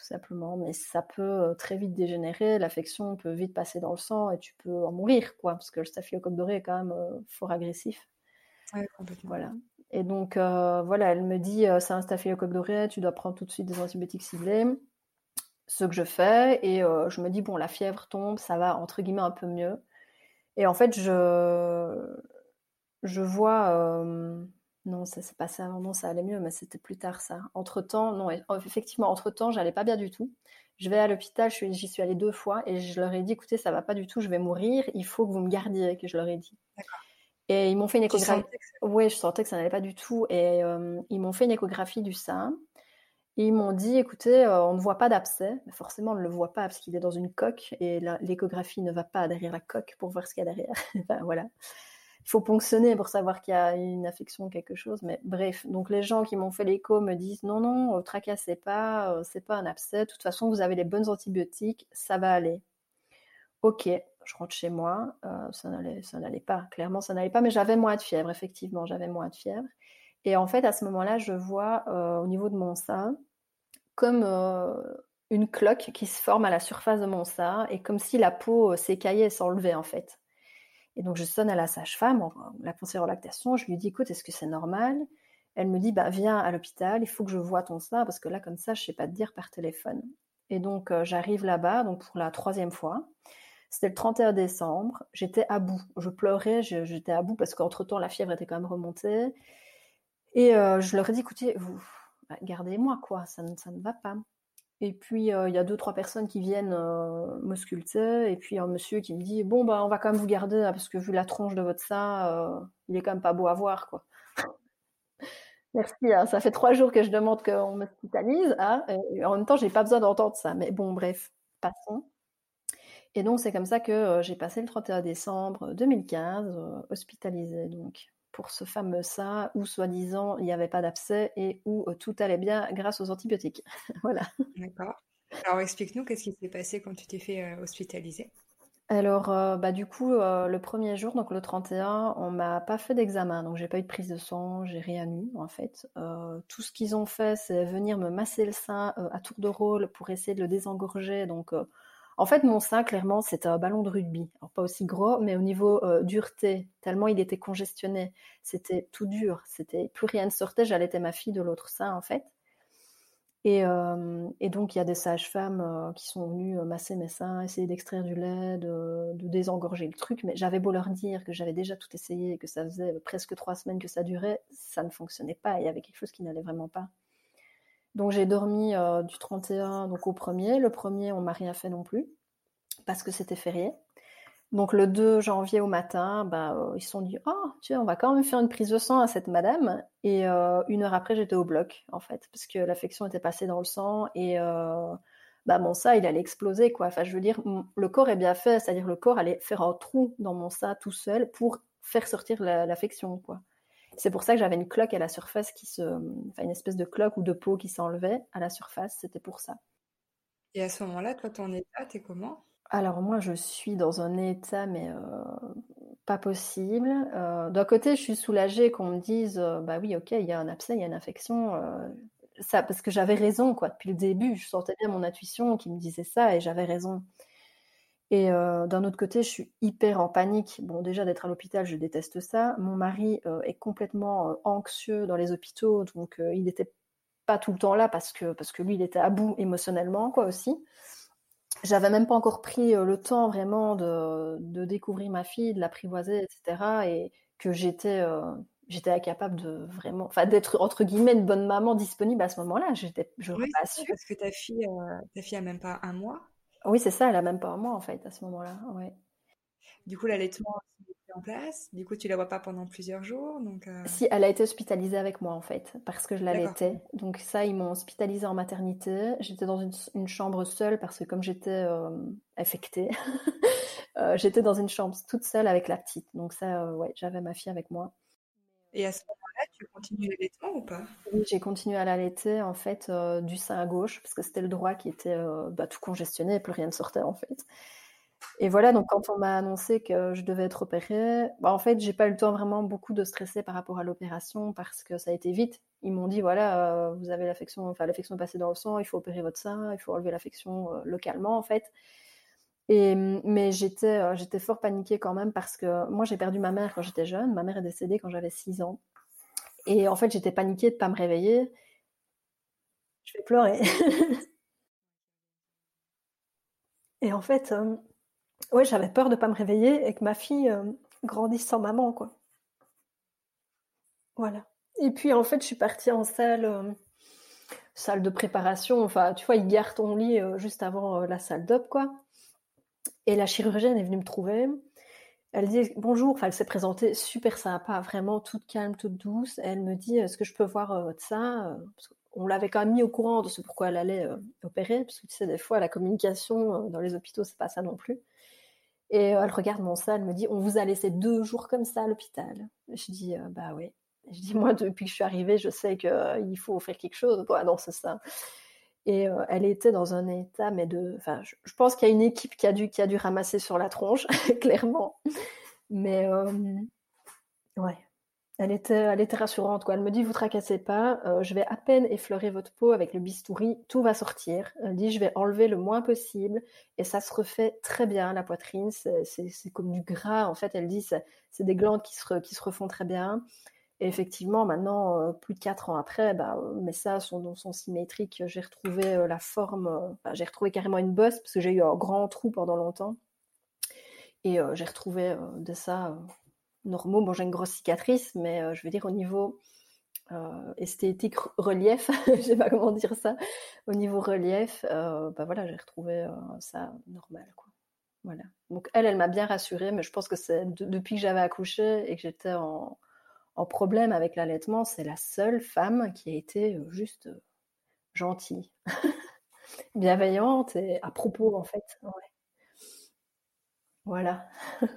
Speaker 2: simplement. Mais ça peut très vite dégénérer, l'affection peut vite passer dans le sang et tu peux en mourir, quoi, parce que le staphylocoque doré est quand même euh, fort agressif.
Speaker 1: Ouais, complètement.
Speaker 2: Voilà. Et donc, euh, voilà, elle me dit, euh, c'est un staphylocoque doré, tu dois prendre tout de suite des antibiotiques ciblés. Ce que je fais, et euh, je me dis, bon, la fièvre tombe, ça va, entre guillemets, un peu mieux. Et en fait, je, je vois... Euh, non, ça c'est pas ça, non, ça allait mieux, mais c'était plus tard, ça. Entre-temps, non, effectivement, entre-temps, j'allais pas bien du tout. Je vais à l'hôpital, j'y suis allée deux fois, et je leur ai dit, écoutez, ça va pas du tout, je vais mourir, il faut que vous me gardiez, que je leur ai dit.
Speaker 1: D'accord.
Speaker 2: Et ils m'ont fait une
Speaker 1: Tu
Speaker 2: échographie.
Speaker 1: sentais que ça-
Speaker 2: Oui, je sentais que ça n'allait pas du tout. Et euh, ils m'ont fait une échographie du sein. Et ils m'ont dit, écoutez, euh, on ne voit pas d'abcès. Mais forcément, on ne le voit pas parce qu'il est dans une coque. Et la- l'échographie ne va pas derrière la coque pour voir ce qu'il y a derrière. Enfin, voilà. Il faut ponctionner pour savoir qu'il y a une infection ou quelque chose. Mais bref, donc les gens qui m'ont fait l'écho me disent, non, non, euh, tracassez pas, euh, c'est pas un abcès. De toute façon, vous avez les bonnes antibiotiques, ça va aller. Ok, je rentre chez moi, euh, ça n'allait, ça n'allait pas, clairement ça n'allait pas, mais j'avais moins de fièvre, effectivement, j'avais moins de fièvre. Et en fait, à ce moment-là, je vois euh, au niveau de mon sein comme euh, une cloque qui se forme à la surface de mon sein, et comme si la peau euh, s'écaillait et s'enlevait en fait. Et donc je sonne à la sage-femme, la conseillère en lactation, je lui dis, écoute, est-ce que c'est normal? Elle me dit, bah viens à l'hôpital, il faut que je voie ton sein, parce que là, comme ça, je sais pas te dire par téléphone. Et donc euh, j'arrive là-bas, donc pour la troisième fois. C'était le trente et un décembre, j'étais à bout, je pleurais, je, j'étais à bout parce qu'entre-temps la fièvre était quand même remontée. Et euh, je leur ai dit, écoutez, vous, bah, gardez-moi, quoi, ça ne, ça ne va pas. Et puis, euh, il y a deux, trois personnes qui viennent euh, me sculpter, et puis un monsieur qui me dit, bon, bah, on va quand même vous garder, hein, parce que vu la tronche de votre sein, euh, il est quand même pas beau à voir, quoi. Merci, hein, ça fait trois jours que je demande qu'on m'hospitalise, hein, et en même temps, j'ai pas besoin d'entendre ça, mais bon, bref, passons. Et donc, c'est comme ça que euh, j'ai passé le trente et un décembre deux mille quinze, euh, hospitalisée donc, pour ce fameux sein où, soi-disant, il n'y avait pas d'abcès et où euh, tout allait bien grâce aux antibiotiques. Voilà.
Speaker 1: D'accord. Alors explique-nous, qu'est-ce qui s'est passé quand tu t'es fait euh, hospitaliser?
Speaker 2: Alors, euh, bah, du coup, euh, le premier jour, donc le trente et un, on m'a pas fait d'examen, donc j'ai pas eu de prise de sang, j'ai rien eu en fait. Euh, tout ce qu'ils ont fait, c'est venir me masser le sein euh, à tour de rôle pour essayer de le désengorger. Donc, euh, en fait, mon sein, clairement, c'était un ballon de rugby. Alors, pas aussi gros, mais au niveau euh, dureté, tellement il était congestionné, c'était tout dur. C'était plus rien ne sortait. J'allaitais ma fille de l'autre sein, en fait. Et, euh, et donc, il y a des sages-femmes euh, qui sont venues euh, masser mes seins, essayer d'extraire du lait, de, de désengorger le truc. Mais j'avais beau leur dire que j'avais déjà tout essayé et que ça faisait presque trois semaines que ça durait, ça ne fonctionnait pas. Il y avait quelque chose qui n'allait vraiment pas. Donc, j'ai dormi euh, du trente et un donc, au premier. Le premier, on m'a rien fait non plus parce que c'était férié. Donc, le deux janvier au matin, bah, euh, ils se sont dit « Oh, tiens, on va quand même faire une prise de sang à cette madame. » Et euh, une heure après, j'étais au bloc, en fait, parce que l'affection était passée dans le sang et euh, bah, mon sein, il allait exploser, quoi. Enfin, je veux dire, le corps est bien fait, c'est-à-dire le corps allait faire un trou dans mon sein tout seul pour faire sortir la, l'affection, quoi. C'est pour ça que j'avais une cloque à la surface qui se... Enfin, une espèce de cloque ou de peau qui s'enlevait à la surface, c'était pour ça.
Speaker 1: Et à ce moment-là, toi, ton état, t'es comment?
Speaker 2: Alors moi, je suis dans un état, mais euh, pas possible. Euh, d'un côté, je suis soulagée qu'on me dise, euh, bah oui, ok, il y a un abcès, il y a une infection. Euh, ça, parce que j'avais raison, quoi. Depuis le début, je sentais bien mon intuition qui me disait ça, et j'avais raison. Et euh, d'un autre côté, je suis hyper en panique. Bon, déjà d'être à l'hôpital, je déteste ça. Mon mari euh, est complètement euh, anxieux dans les hôpitaux, donc euh, il n'était pas tout le temps là parce que parce que lui, il était à bout émotionnellement, quoi aussi. J'avais même pas encore pris le temps vraiment de, de découvrir ma fille, de l'apprivoiser, et cetera. Et que j'étais, euh, j'étais incapable de vraiment, enfin, d'être entre guillemets une bonne maman disponible à ce moment-là. J'étais, j'aurais
Speaker 1: Oui,
Speaker 2: pas
Speaker 1: c'est ça,
Speaker 2: su.
Speaker 1: parce que ta fille, euh, ta fille a même pas un mois.
Speaker 2: Oui, c'est ça. Elle a même pas un mois en fait à ce moment-là. Ouais.
Speaker 1: Du coup, l'allaitement s'est mis en place. Du coup, tu la vois pas pendant plusieurs jours. Donc, euh,
Speaker 2: Si, elle a été hospitalisée avec moi en fait, parce que je
Speaker 1: d'accord.
Speaker 2: l'allaitais. Donc ça, ils m'ont hospitalisée en maternité. J'étais dans une, une chambre seule parce que comme j'étais euh, affectée, euh, j'étais dans une chambre toute seule avec la petite. Donc ça, euh, ouais, j'avais ma fille avec moi.
Speaker 1: Et à ce moment-là, tu continues l'allaitement ou pas?
Speaker 2: Oui, j'ai continué à l'allaiter en fait euh, du sein à gauche parce que c'était le droit qui était euh, bah, tout congestionné et plus rien ne sortait en fait. Et voilà, donc quand on m'a annoncé que je devais être opérée, bah, en fait j'ai pas eu le temps vraiment beaucoup de stresser par rapport à l'opération parce que ça a été vite. ils m'ont dit voilà, euh, vous avez l'affection, enfin l'affection est passée dans le sang, il faut opérer votre sein, il faut enlever l'affection euh, localement en fait. Et mais j'étais euh, j'étais fort paniquée quand même parce que moi j'ai perdu ma mère quand j'étais jeune, ma mère est décédée quand j'avais six ans. Et en fait j'étais paniquée de pas me réveiller. Je vais pleurer. Et en fait, euh, ouais, j'avais peur de pas me réveiller et que ma fille euh, grandisse sans maman, quoi. Voilà. Et puis en fait, je suis partie en salle, euh, salle de préparation. Enfin, tu vois, ils gardent ton lit euh, juste avant euh, la salle d'op, quoi. Et la chirurgienne est venue me trouver. Elle dit bonjour. Enfin, elle s'est présentée super sympa, vraiment toute calme, toute douce. Et elle me dit est-ce que je peux voir euh, votre sein? Parce qu'on l'avait quand même mis au courant de ce pourquoi elle allait euh, opérer, parce que tu sais, des fois, la communication euh, dans les hôpitaux, c'est pas ça non plus. Et euh, elle regarde mon sein, elle me dit on vous a laissé deux jours comme ça à l'hôpital. Je dis euh, bah oui. Je dis moi depuis que je suis arrivée, je sais que euh, il faut faire quelque chose quoi dans ce sein. Et euh, elle était dans un état mais de, enfin je, je pense qu'il y a une équipe qui a dû qui a dû ramasser sur la tronche clairement. Mais euh, ouais. Elle était, elle était rassurante, quoi. Elle me dit, vous tracassez pas, euh, je vais à peine effleurer votre peau avec le bistouri, tout va sortir. Elle dit, je vais enlever le moins possible, et ça se refait très bien, la poitrine, c'est, c'est, c'est comme du gras, en fait. Elle dit, c'est, c'est des glandes qui se, re, qui se refont très bien. Et effectivement, maintenant, euh, plus de quatre ans après, bah, mes seins sont, sont symétriques. J'ai retrouvé euh, la forme, euh, bah, j'ai retrouvé carrément une bosse, parce que j'ai eu un grand trou pendant longtemps. Et euh, j'ai retrouvé euh, de ça... Euh, normaux. Bon, j'ai une grosse cicatrice, mais euh, je veux dire au niveau euh, esthétique, relief, je sais pas comment dire ça, au niveau relief, euh, bah voilà, j'ai retrouvé euh, ça normal, quoi. Voilà. Donc elle, elle m'a bien rassurée, mais je pense que c'est de, depuis que j'avais accouché et que j'étais en, en problème avec l'allaitement, c'est la seule femme qui a été euh, juste euh, gentille, bienveillante et à propos en fait. Ouais. Voilà.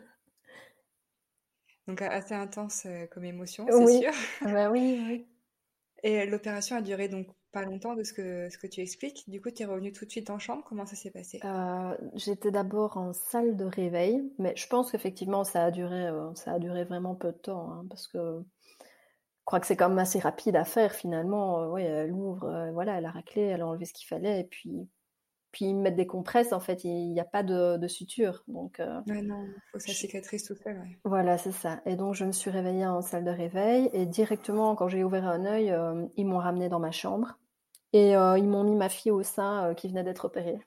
Speaker 1: Donc assez intense euh, comme émotion, c'est
Speaker 2: Oui.
Speaker 1: sûr.
Speaker 2: Bah oui, oui.
Speaker 1: Et l'opération a duré donc pas longtemps de ce que, ce que tu expliques. Du coup, tu es revenue tout de suite en chambre. Comment ça s'est passé?
Speaker 2: Euh, j'étais d'abord en salle de réveil, mais je pense qu'effectivement ça a duré, euh, ça a duré vraiment peu de temps, hein, parce que je crois que c'est quand même assez rapide à faire finalement. Euh, ouais, elle ouvre, euh, voilà, elle a raclé, elle a enlevé ce qu'il fallait, et puis, puis ils mettent des compresses. En fait, il n'y a pas de, de suture, donc euh,
Speaker 1: Ouais, non, faut que ça
Speaker 2: je-
Speaker 1: cicatrise tout seul, ouais.
Speaker 2: voilà, c'est ça. Et donc je me suis réveillée en salle de réveil, et directement quand j'ai ouvert un œil, euh, ils m'ont ramenée dans ma chambre, et euh, ils m'ont mis ma fille au sein euh, qui venait d'être opérée.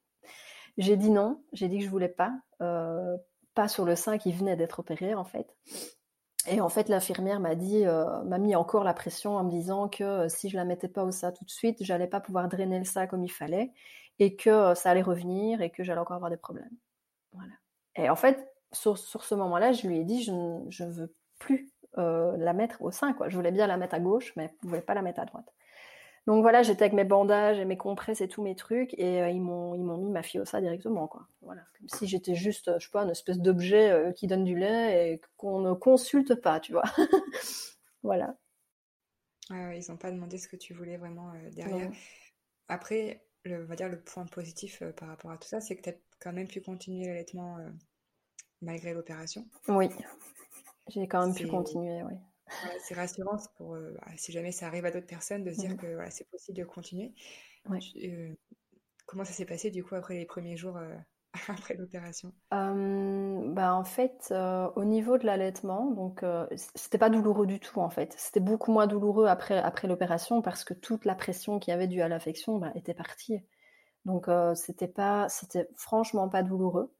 Speaker 2: J'ai dit non, j'ai dit que je voulais pas, euh, pas sur le sein qui venait d'être opéré en fait. Et en fait, l'infirmière m'a dit, euh, m'a mis encore la pression en me disant que euh, si je la mettais pas au sein tout de suite, j'allais pas pouvoir drainer le sein comme il fallait, et que euh, ça allait revenir et que j'allais encore avoir des problèmes. Voilà. Et en fait, sur, sur ce moment-là, je lui ai dit, je ne je veux plus euh, la mettre au sein, quoi. Je voulais bien la mettre à gauche, mais je voulais pas la mettre à droite. Donc voilà, j'étais avec mes bandages et mes compresses et tous mes trucs, et euh, ils m'ont ils m'ont mis ma fille au sein directement, quoi. Voilà, comme si j'étais juste, euh, je sais pas, une espèce d'objet euh, qui donne du lait et qu'on ne consulte pas, tu vois. Voilà.
Speaker 1: Ouais, ouais, ils n'ont pas demandé ce que tu voulais vraiment euh, derrière.
Speaker 2: Non.
Speaker 1: Après, le, on va dire le point positif euh, par rapport à tout ça, c'est que tu as quand même pu continuer l'allaitement euh, malgré l'opération.
Speaker 2: Oui, j'ai quand même pu
Speaker 1: C'est
Speaker 2: continuer, oui.
Speaker 1: voilà, c'est rassurant pour euh, bah, si jamais ça arrive à d'autres personnes de se dire
Speaker 2: Mhm.
Speaker 1: que voilà, c'est possible de continuer.
Speaker 2: Ouais.
Speaker 1: Tu- euh, comment ça s'est passé du coup après les premiers jours euh, après l'opération?
Speaker 2: Euh, bah en fait, euh, au niveau de l'allaitement, donc euh, c- c'était pas douloureux du tout en fait. C'était beaucoup moins douloureux après après l'opération parce que toute la pression qu'il y avait due à l'infection bah, était partie. Donc euh, c'était pas, c'était franchement pas douloureux.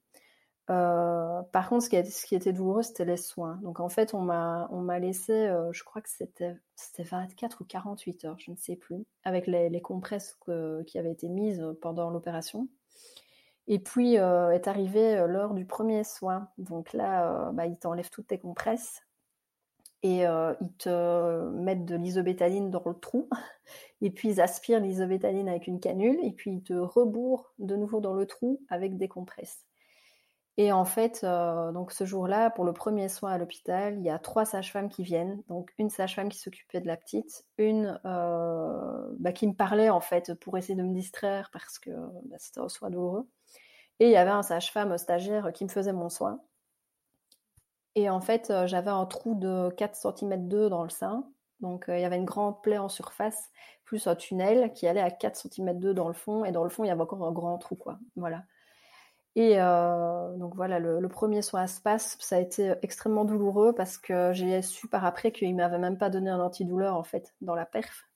Speaker 2: Euh, par contre, ce qui, a- ce qui était douloureux, c'était les soins. Donc en fait, on m'a on m'a laissé, euh, je crois que c'était c'était vingt-quatre ou quarante-huit heures, je ne sais plus, avec les, les compresses que- qui avaient été mises pendant l'opération. Et puis euh, est arrivée euh, l'heure du premier soin. Donc là, euh, bah, ils t'enlèvent toutes tes compresses et euh, ils te mettent de l'isobétaline dans le trou. Et puis ils aspirent l'isobétaline avec une canule et puis ils te rebourrent de nouveau dans le trou avec des compresses. Et en fait, euh, donc ce jour-là, pour le premier soin à l'hôpital, il y a trois sages-femmes qui viennent. Donc une sage-femme qui s'occupait de la petite, une euh, bah, qui me parlait en fait pour essayer de me distraire parce que bah, c'était un soin douloureux. Et il y avait un sage-femme stagiaire qui me faisait mon soin. Et en fait, euh, j'avais un trou de quatre centimètres deux dans le sein. Donc, euh, il y avait une grande plaie en surface, plus un tunnel qui allait à quatre centimètres d'eau dans le fond. Et dans le fond, il y avait encore un grand trou, quoi. Voilà. Et euh, donc voilà, le, le premier soin à SPAS, ça a été extrêmement douloureux parce que j'ai su par après qu'il m'avait même pas donné un antidouleur, en fait, dans la perf.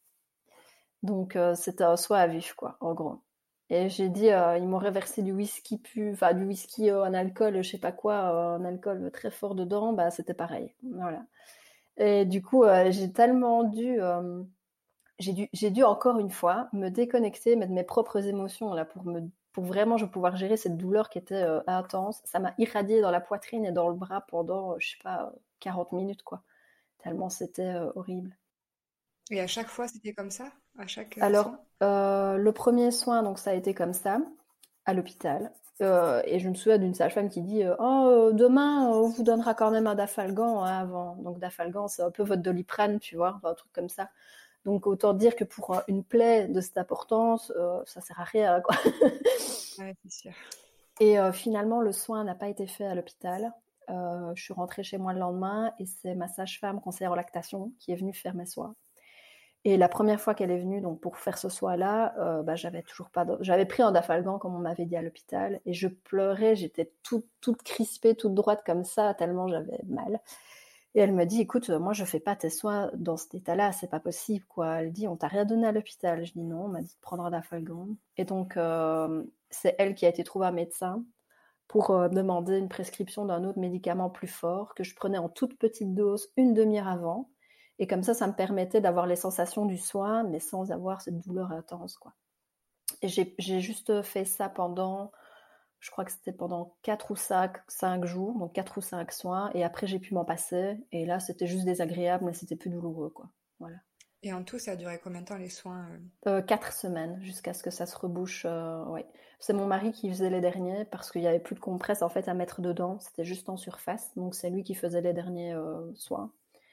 Speaker 2: Donc, euh, c'était un soin à vif, quoi, en gros. Et j'ai dit, euh, ils m'auraient versé du whisky pu, enfin, du whisky euh, en alcool, je sais pas quoi, euh, un alcool très fort dedans, bah, c'était pareil. Voilà. Et du coup, euh, j'ai tellement dû, euh, j'ai dû, j'ai dû encore une fois me déconnecter, mettre mes propres émotions là pour me, pour vraiment je pouvoir gérer cette douleur qui était euh, intense. Ça m'a irradié dans la poitrine et dans le bras pendant, euh, je sais pas, quarante minutes quoi. Tellement c'était euh, horrible.
Speaker 1: Et à chaque fois, c'était comme ça? À chaque euh,
Speaker 2: Alors,
Speaker 1: soin?
Speaker 2: euh, le premier soin, donc ça a été comme ça, à l'hôpital. Euh, et je me souviens d'une sage-femme qui dit euh, oh euh, demain on vous donnera quand même un Dafalgan hein, avant. Donc Dafalgan c'est un peu votre Doliprane, tu vois, un truc comme ça. Donc autant dire que pour euh, une plaie de cette importance, euh, ça sert à rien quoi.
Speaker 1: Ouais, c'est sûr.
Speaker 2: Et euh, finalement le soin n'a pas été fait à l'hôpital. Euh, je suis rentrée chez moi le lendemain et c'est ma sage-femme conseillère en lactation qui est venue faire mes soins. Et la première fois qu'elle est venue donc pour faire ce soin-là, euh, bah, j'avais toujours pas, de... j'avais pris un Dafalgan comme on m'avait dit à l'hôpital et je pleurais, j'étais toute, toute crispée, toute droite comme ça tellement j'avais mal. Et elle me dit, écoute, moi je fais pas tes soins dans cet état-là, c'est pas possible quoi. Elle dit, on t'a rien donné à l'hôpital. Je dis non, on m'a dit de prendre un Dafalgan. Et donc euh, c'est elle qui a été trouver un médecin pour euh, demander une prescription d'un autre médicament plus fort que je prenais en toute petite dose une demi-heure avant. Et comme ça, ça me permettait d'avoir les sensations du soin, mais sans avoir cette douleur intense, quoi. Et j'ai, j'ai juste fait ça pendant, je crois que c'était pendant quatre ou cinq, cinq jours, donc quatre ou cinq soins. Et après, j'ai pu m'en passer. Et là, c'était juste désagréable, mais c'était plus douloureux, quoi. Voilà.
Speaker 1: Et en tout, ça a duré combien de temps les soins? euh
Speaker 2: Euh, quatre semaines jusqu'à ce que ça se rebouche. Euh, ouais. C'est mon mari qui faisait les derniers parce qu'il y avait plus de compresse en fait à mettre dedans. C'était juste en surface, donc c'est lui qui faisait les derniers euh, soins.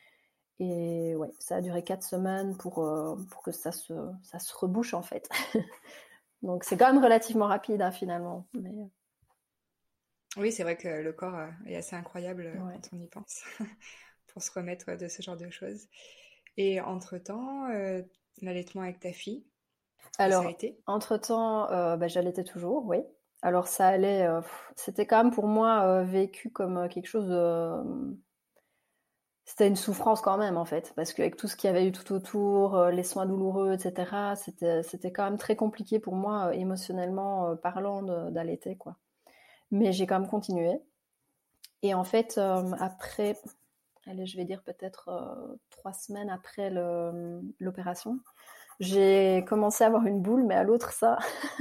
Speaker 2: Et ouais, ça a duré quatre semaines pour euh, pour que ça se ça se rebouche en fait. Donc c'est quand même relativement rapide hein, finalement. Mais
Speaker 1: Oui, c'est vrai que le corps euh, est assez incroyable euh,
Speaker 2: ouais.
Speaker 1: quand on y pense, pour se remettre de ce genre de choses. Et entre-temps, euh, l'allaitement avec ta fille, ça a
Speaker 2: Alors
Speaker 1: été?
Speaker 2: entre temps, euh, bah, j'allaitais toujours, oui. Alors ça allait, euh, pff, c'était quand même pour moi euh, vécu comme euh, quelque chose de c'était une souffrance quand même en fait, parce qu'avec tout ce qu'il y avait eu tout autour, euh, les soins douloureux, et cetera, c'était c'était quand même très compliqué pour moi euh, émotionnellement euh, parlant de- d'allaiter quoi. Mais j'ai quand même continué. Et en fait, euh, après, allez, je vais dire peut-être euh, trois semaines après le- l'opération, j'ai commencé à avoir une boule, mais à l'autre ça.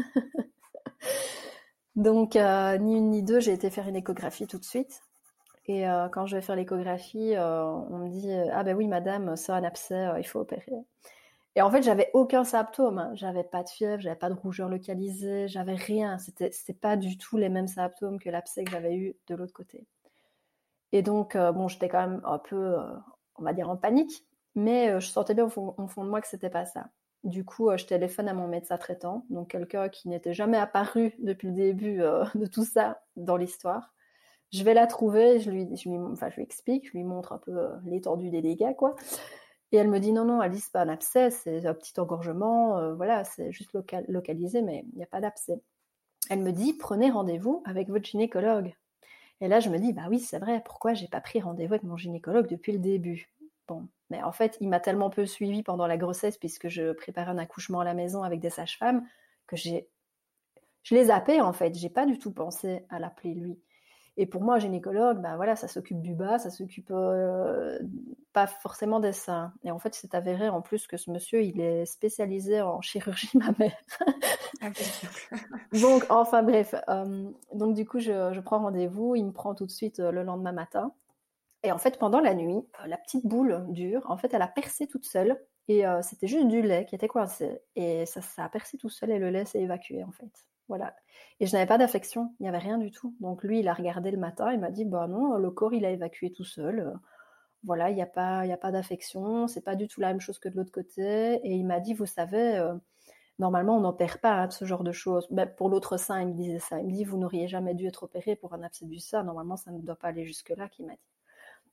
Speaker 2: Donc euh, ni une ni deux, j'ai été faire une échographie tout de suite. Et euh, quand je vais faire l'échographie, euh, on me dit ah ben oui madame, c'est un abcès, euh, il faut opérer. Et en fait, j'avais aucun symptôme. Hein. J'avais pas de fièvre, j'avais pas de rougeur localisée, j'avais rien. C'était, c'était pas du tout les mêmes symptômes que l'abcès que j'avais eu de l'autre côté. Et donc, euh, bon, j'étais quand même un peu, euh, on va dire, en panique, mais euh, je sentais bien au fond, au fond de moi que c'était pas ça. Du coup, euh, je téléphone à mon médecin traitant, donc quelqu'un qui n'était jamais apparu depuis le début euh, de tout ça dans l'histoire. Je vais la trouver, je lui, je lui, enfin, je lui explique, je lui montre un peu euh, l'étendue des dégâts, quoi. Et elle me dit non, non, Alice, c'est pas un abcès, c'est un petit engorgement, euh, voilà, c'est juste local, localisé, mais il n'y a pas d'abcès. Elle me dit prenez rendez-vous avec votre gynécologue. Et là, je me dis bah oui, c'est vrai, pourquoi j'ai pas pris rendez-vous avec mon gynécologue depuis le début? Bon, mais en fait, il m'a tellement peu suivi pendant la grossesse puisque je préparais un accouchement à la maison avec des sages-femmes que j'ai, je l'ai zappé en fait, j'ai pas du tout pensé à l'appeler lui. Et pour moi, un gynécologue, bah voilà, ça s'occupe du bas, ça s'occupe euh, pas forcément des seins. Et en fait, c'est avéré en plus que ce monsieur, il est spécialisé en chirurgie mammaire.
Speaker 1: Ah oui.
Speaker 2: Donc, enfin bref, euh, donc du coup, je, je prends rendez-vous, il me prend tout de suite euh, le lendemain matin. Et en fait, pendant la nuit, euh, la petite boule dure, en fait, elle a percé toute seule. Et euh, c'était juste du lait qui était coincé. Et ça, ça a percé tout seul et le lait s'est évacué, en fait. Voilà. Et je n'avais pas d'affection, il n'y avait rien du tout. Donc lui, il a regardé le matin, il m'a dit, bah non, le corps, il a évacué tout seul. Euh, Voilà, il n'y a pas, il y a pas d'affection, c'est pas du tout la même chose que de l'autre côté. Et il m'a dit, vous savez, euh, normalement, on n'opère pas hein, de ce genre de choses. Ben, pour l'autre sein, il me disait ça. Il me dit, vous n'auriez jamais dû être opéré pour un abcès du sein. Normalement, ça ne doit pas aller jusque-là, qu'il m'a dit.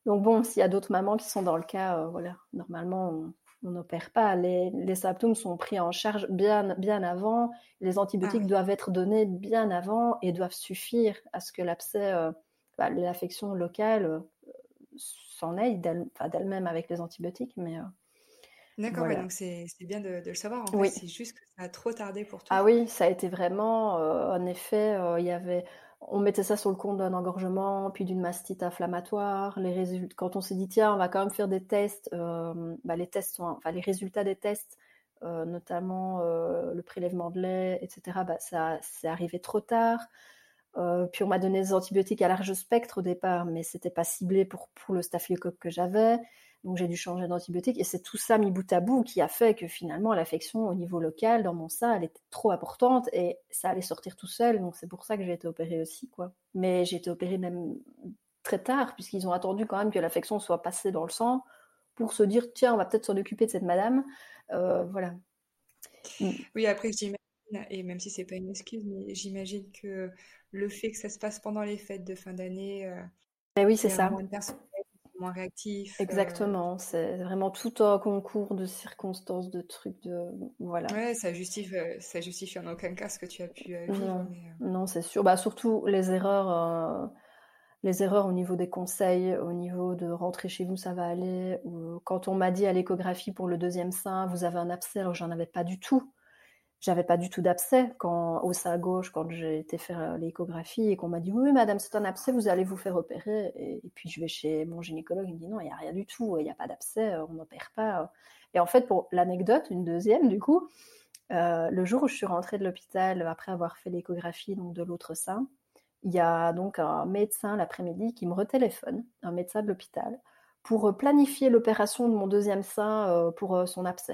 Speaker 2: Donc bon, s'il y a d'autres mamans qui sont dans le cas, euh, voilà, normalement, on on n'opère pas. Les, les symptômes sont pris en charge bien, bien avant. Les
Speaker 1: Ah
Speaker 2: antibiotiques
Speaker 1: oui,
Speaker 2: doivent être donnés bien avant et doivent suffire à ce que l'abcès, euh, bah, l'affection locale euh, s'en aille d'elle, enfin, d'elle-même avec les antibiotiques. Mais euh,
Speaker 1: d'accord, ouais,
Speaker 2: voilà.
Speaker 1: donc c'est c'est bien de, de le savoir. En fait,
Speaker 2: Oui.
Speaker 1: c'est juste que ça a trop tardé pour toi.
Speaker 2: Ah oui, ça a été vraiment, euh, en effet, euh, il y avait, on mettait ça sur le compte d'un engorgement, puis d'une mastite inflammatoire. Les résultats, quand on s'est dit tiens, on va quand même faire des tests, euh, bah, les tests sont, enfin les résultats des tests, euh, notamment euh, le prélèvement de lait, et cetera. Bah, ça, c'est arrivé trop tard. Euh, puis on m'a donné des antibiotiques à large spectre au départ, mais c'était pas ciblé pour pour le staphylocoque que j'avais. Donc j'ai dû changer d'antibiotique et c'est tout ça mis bout à bout qui a fait que finalement l'affection au niveau local dans mon sein elle était trop importante et ça allait sortir tout seul. Donc c'est pour ça que j'ai été opérée aussi quoi. Mais j'ai été opérée même très tard puisqu'ils ont attendu quand même que l'affection soit passée dans le sang pour se dire tiens on va peut-être s'en occuper de cette madame. Euh, voilà.
Speaker 1: Oui, après, j'imagine, et même si c'est pas une excuse, mais j'imagine que le fait que ça se passe pendant les fêtes de fin d'année, euh,
Speaker 2: Mais oui c'est
Speaker 1: qu'il y a
Speaker 2: ça.
Speaker 1: moins de personnes, moins réactifs. euh,
Speaker 2: Exactement. C'est vraiment tout un concours de circonstances, de trucs, de voilà.
Speaker 1: ouais, ça justifie, euh, ça justifie en aucun cas ce que tu as pu euh, vivre.
Speaker 2: Non,
Speaker 1: Mais, euh,
Speaker 2: non, c'est sûr. Bah, surtout les erreurs, euh, les erreurs au niveau des conseils, au niveau de rentrer chez vous, ça va aller. Ou quand on m'a dit à l'échographie pour le deuxième sein, vous avez un abcès, alors j'en avais pas du tout. J'avais pas du tout d'abcès quand au sein gauche quand j'ai été faire euh, l'échographie et qu'on m'a dit oui, oui madame c'est un abcès, vous allez vous faire opérer et, et puis je vais chez mon gynécologue, il me dit non il y a rien du tout, il y a pas d'abcès, on n'opère pas. Et en fait pour l'anecdote, une deuxième du coup, euh, le jour où je suis rentrée de l'hôpital après avoir fait l'échographie donc de l'autre sein, il y a donc un médecin l'après-midi qui me retéléphone, un médecin de l'hôpital, pour planifier l'opération de mon deuxième sein euh, pour euh, son abcès.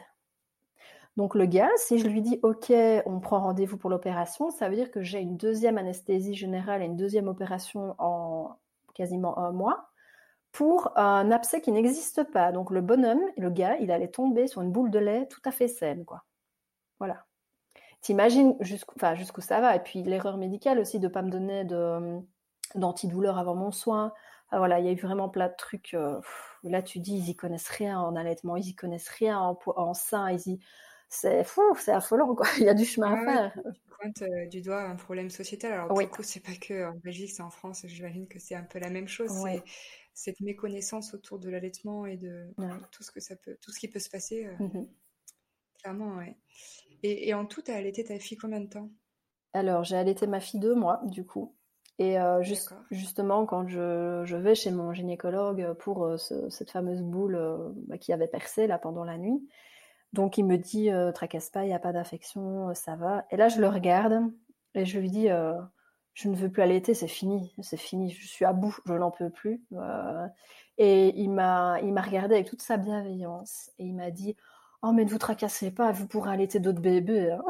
Speaker 2: Donc le gars, si je lui dis OK, on prend rendez-vous pour l'opération, ça veut dire que j'ai une deuxième anesthésie générale et une deuxième opération en quasiment un mois pour un abcès qui n'existe pas. Donc le bonhomme, le gars, il allait tomber sur une boule de lait tout à fait saine, quoi. Voilà. T'imagines jusqu'où, enfin, jusqu'où ça va. Et puis l'erreur médicale aussi de pas me donner de, d'antidouleur avant mon soin. Ah, voilà, il y a eu vraiment plein de trucs. Euh, là, tu dis, ils y connaissent rien en allaitement, ils y connaissent rien en, en sein, ils y... c'est fou, c'est affolant, quoi. Il y a du chemin à
Speaker 1: ouais, ouais,
Speaker 2: faire.
Speaker 1: tu, tu pointes euh, du doigt un problème sociétal. Alors pour
Speaker 2: Oui,
Speaker 1: le coup, c'est pas que en Belgique, c'est en France. J'imagine que c'est un peu la même chose.
Speaker 2: oui,
Speaker 1: C'est cette méconnaissance autour de l'allaitement et de
Speaker 2: oui.
Speaker 1: tout ce que ça peut, tout ce qui peut se passer. euh,
Speaker 2: Mhm.
Speaker 1: clairement, ouais. Et, et en tout, t'as allaité ta fille combien de temps?
Speaker 2: Alors, j'ai allaité ma fille deux mois, du coup. Et euh, juste,
Speaker 1: D'accord.
Speaker 2: justement, quand je, je vais chez mon gynécologue pour euh, ce- cette fameuse boule euh, bah, qui avait percé là pendant la nuit, donc il me dit euh, tracasse pas, il n'y a pas d'infection, euh, ça va. Et là je le regarde et je lui dis euh, je ne veux plus allaiter, c'est fini, c'est fini, je suis à bout, je n'en peux plus. Euh, et il m'a il m'a regardé avec toute sa bienveillance et il m'a dit oh mais ne vous tracassez pas, vous pourrez allaiter d'autres bébés. Hein.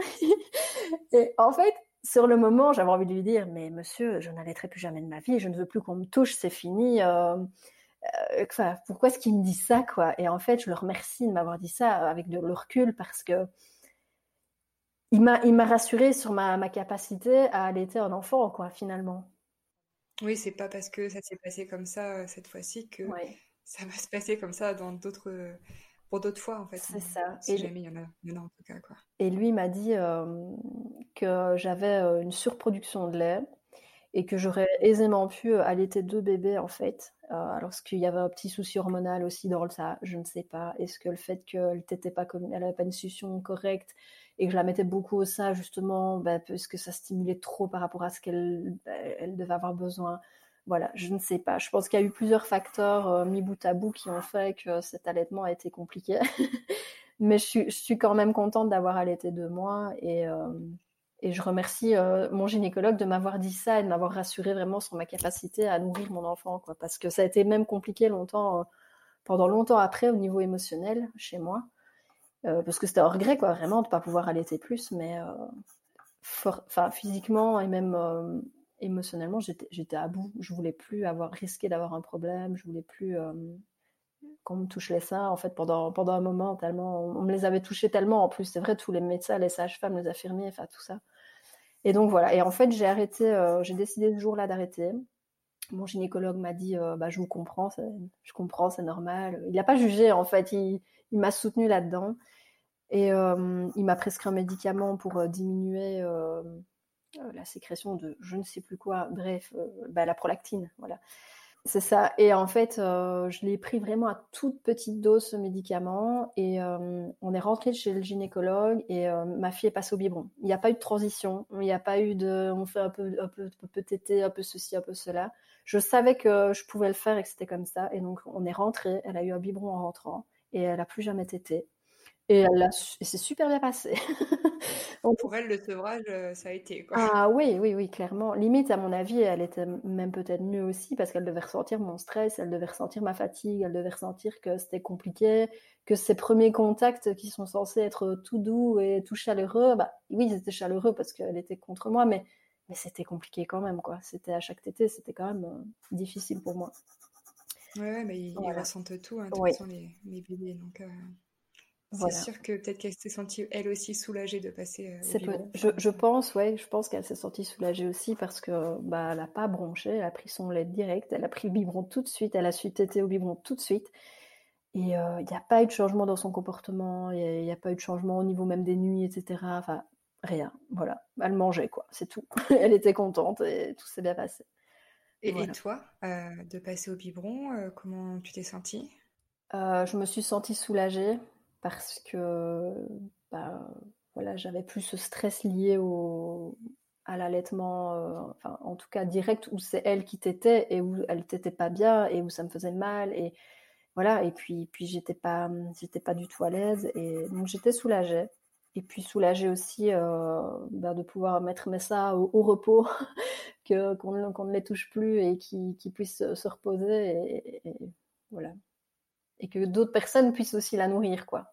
Speaker 2: Et en fait sur le moment j'avais envie de lui dire mais monsieur je n'allaiterai plus jamais de ma vie, je ne veux plus qu'on me touche, c'est fini. Euh, Enfin, pourquoi est-ce qu'il me dit ça, quoi? Et en fait, je le remercie de m'avoir dit ça avec de le recul parce que il m'a, il m'a rassuré sur ma, ma capacité à allaiter un enfant, quoi, finalement.
Speaker 1: Oui, c'est pas parce que ça s'est passé comme ça euh, cette fois-ci que
Speaker 2: Ouais,
Speaker 1: ça va se passer comme ça dans d'autres, euh, pour d'autres fois en fait.
Speaker 2: c'est
Speaker 1: Mais
Speaker 2: ça.
Speaker 1: si
Speaker 2: Et,
Speaker 1: jamais il y en a, il y en a en tout cas quoi.
Speaker 2: et lui m'a dit euh, que j'avais euh, une surproduction de lait et que j'aurais aisément pu euh, allaiter deux bébés, en fait. Euh, alors, est-ce qu'il y avait un petit souci hormonal aussi dans ça? Je ne sais pas. Est-ce que le fait qu'elle n'était pas comme, elle avait pas une succion correcte et que je la mettais beaucoup au sein, justement, bah, parce que ça stimulait trop par rapport à ce qu'elle elle devait avoir besoin. Voilà, je ne sais pas. Je pense qu'il y a eu plusieurs facteurs euh, mis bout à bout qui ont fait que cet allaitement a été compliqué. Mais je suis, je suis quand même contente d'avoir allaité deux mois et, euh, et je remercie euh, mon gynécologue de m'avoir dit ça et de m'avoir rassuré vraiment sur ma capacité à nourrir mon enfant, quoi. Parce que ça a été même compliqué longtemps, euh, pendant longtemps après au niveau émotionnel chez moi, euh, parce que c'était un regret, quoi, vraiment de pas pouvoir allaiter plus, mais euh, for- enfin physiquement et même euh, émotionnellement, j'étais, j'étais à bout. Je voulais plus avoir risqué d'avoir un problème, je voulais plus euh, qu'on me touche les seins, en fait, pendant, pendant un moment, tellement, on, on me les avait touchés tellement, en plus, c'est vrai, tous les médecins, les sages-femmes, les infirmiers, enfin, tout ça. Et donc, voilà. Et en fait, j'ai arrêté, euh, j'ai décidé ce jour-là d'arrêter. Mon gynécologue m'a dit euh, bah, je vous comprends, c'est, je comprends, c'est normal. Il n'a pas jugé en fait, il, il m'a soutenu là-dedans et euh, il m'a prescrit un médicament pour euh, diminuer euh, la sécrétion de je ne sais plus quoi, bref, euh, bah, la prolactine, voilà. C'est ça. Et en fait, euh, je l'ai pris vraiment à toute petite dose ce médicament et euh, on est rentré chez le gynécologue et euh, ma fille est passée au biberon. Il n'y a pas eu de transition, il n'y a pas eu de, on fait un peu, un peu, un peu tété, un peu ceci, un peu cela. Je savais que je pouvais le faire et que c'était comme ça. Et donc on est rentré. Elle a eu un biberon en rentrant et elle a plus jamais tété. Et elle a, et c'est super bien passé. Donc,
Speaker 1: Pour elle, le sevrage, euh, ça a été, quoi.
Speaker 2: ah oui, oui, oui, clairement. Limite, à mon avis, elle était même peut-être mieux aussi parce qu'elle devait ressentir mon stress, elle devait ressentir ma fatigue, elle devait ressentir que c'était compliqué, que ces premiers contacts qui sont censés être tout doux et tout chaleureux, bah oui, c'était chaleureux parce qu'elle était contre moi, mais, mais c'était compliqué quand même, quoi. C'était à chaque tétée, c'était quand même euh, difficile pour moi.
Speaker 1: Ouais, ouais, mais ils, ils
Speaker 2: Voilà.
Speaker 1: ressentent tout, hein, de toute
Speaker 2: Oui,
Speaker 1: façon, les, les bébés. Donc, euh, c'est
Speaker 2: voilà.
Speaker 1: sûr que peut-être qu'elle s'est sentie, elle aussi, soulagée de passer euh, au
Speaker 2: C'est peu...
Speaker 1: biberon.
Speaker 2: je,
Speaker 1: Enfin,
Speaker 2: je pense, ouais, je pense qu'elle s'est sentie soulagée aussi parce que bah elle a pas bronché, elle a pris son lait direct, elle a pris le biberon tout de suite, elle a su téter au biberon tout de suite. Et il euh, n'y a pas eu de changement dans son comportement, il n'y a, a pas eu de changement au niveau même des nuits, et cetera. Enfin, rien. Voilà. Elle mangeait, quoi. C'est tout. Elle était contente et tout s'est bien passé.
Speaker 1: Et, et
Speaker 2: Voilà.
Speaker 1: toi, euh, de passer au biberon, euh, comment tu t'es sentie?
Speaker 2: Euh, je me suis sentie soulagée parce que bah, voilà, j'avais plus ce stress lié au, à l'allaitement, euh, enfin, en tout cas direct, où c'est elle qui t'était et où elle t'était pas bien et où ça me faisait mal. Et voilà, et puis, puis j'étais pas, j'étais pas du tout à l'aise. Et donc j'étais soulagée. Et puis soulagée aussi euh, bah, de pouvoir mettre mes seins au, au repos, que, qu'on, qu'on ne les touche plus et qu'ils, qu'ils puissent se reposer. Et, et voilà. Et que d'autres personnes puissent aussi la nourrir, quoi,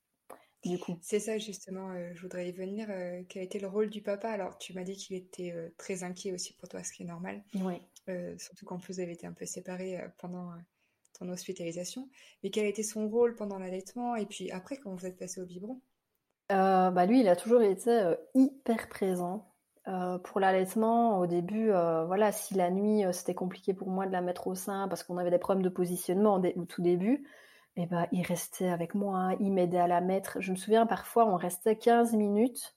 Speaker 2: du coup.
Speaker 1: C'est ça, justement, euh, je voudrais y venir. Euh, quel a été le rôle du papa? Alors, tu m'as dit qu'il était euh, très inquiet aussi pour toi, ce qui est normal.
Speaker 2: Oui.
Speaker 1: Euh, surtout qu'en plus, vous avez été un peu séparés euh, pendant euh, ton hospitalisation. Mais quel a été son rôle pendant l'allaitement et puis après, quand vous êtes passé au biberon?
Speaker 2: Euh, bah lui, il a toujours été euh, hyper présent. Euh, pour l'allaitement, au début, euh, voilà, si la nuit euh, c'était compliqué pour moi de la mettre au sein parce qu'on avait des problèmes de positionnement au, au tout début, et ben il restait avec moi, il m'aidait à la mettre. Je me souviens parfois, on restait quinze minutes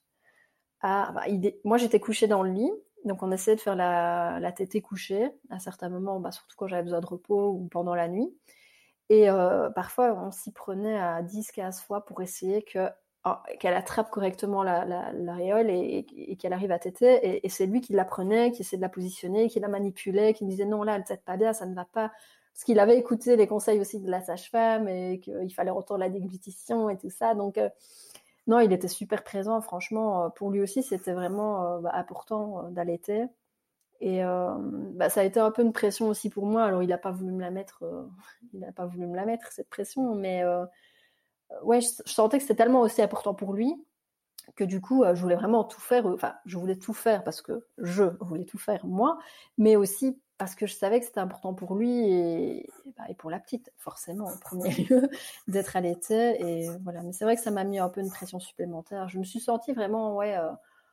Speaker 2: à. Bah, il, moi, j'étais couchée dans le lit, donc on essayait de faire la, la tétée couchée à certains moments, bah, surtout quand j'avais besoin de repos ou pendant la nuit. Et euh, parfois, on s'y prenait à dix quinze fois pour essayer que, oh, qu'elle attrape correctement la, la, l'aréole et, et, et qu'elle arrive à téter. Et, et c'est lui qui la prenait, qui essayait de la positionner, qui la manipulait, qui disait non, là, elle tète pas bien, ça ne va pas. Parce qu'il avait écouté les conseils aussi de la sage-femme et qu'il fallait entendre la déglutition et tout ça. Donc, euh, non, il était super présent. Franchement, pour lui aussi, c'était vraiment euh, bah, important euh, d'allaiter. Et euh, bah, ça a été un peu une pression aussi pour moi. Alors il n'a pas voulu me la mettre, euh, il n'a pas voulu me la mettre cette pression, mais euh, ouais, je, je sentais que c'était tellement aussi important pour lui que du coup, euh, je voulais vraiment tout faire. Enfin, je voulais tout faire parce que je voulais tout faire moi, mais aussi parce que je savais que c'était important pour lui et, et, bah, et pour la petite, forcément en premier lieu, d'être allaitée. Et voilà. Mais c'est vrai que ça m'a mis un peu une pression supplémentaire. Je me suis sentie vraiment, ouais. Euh,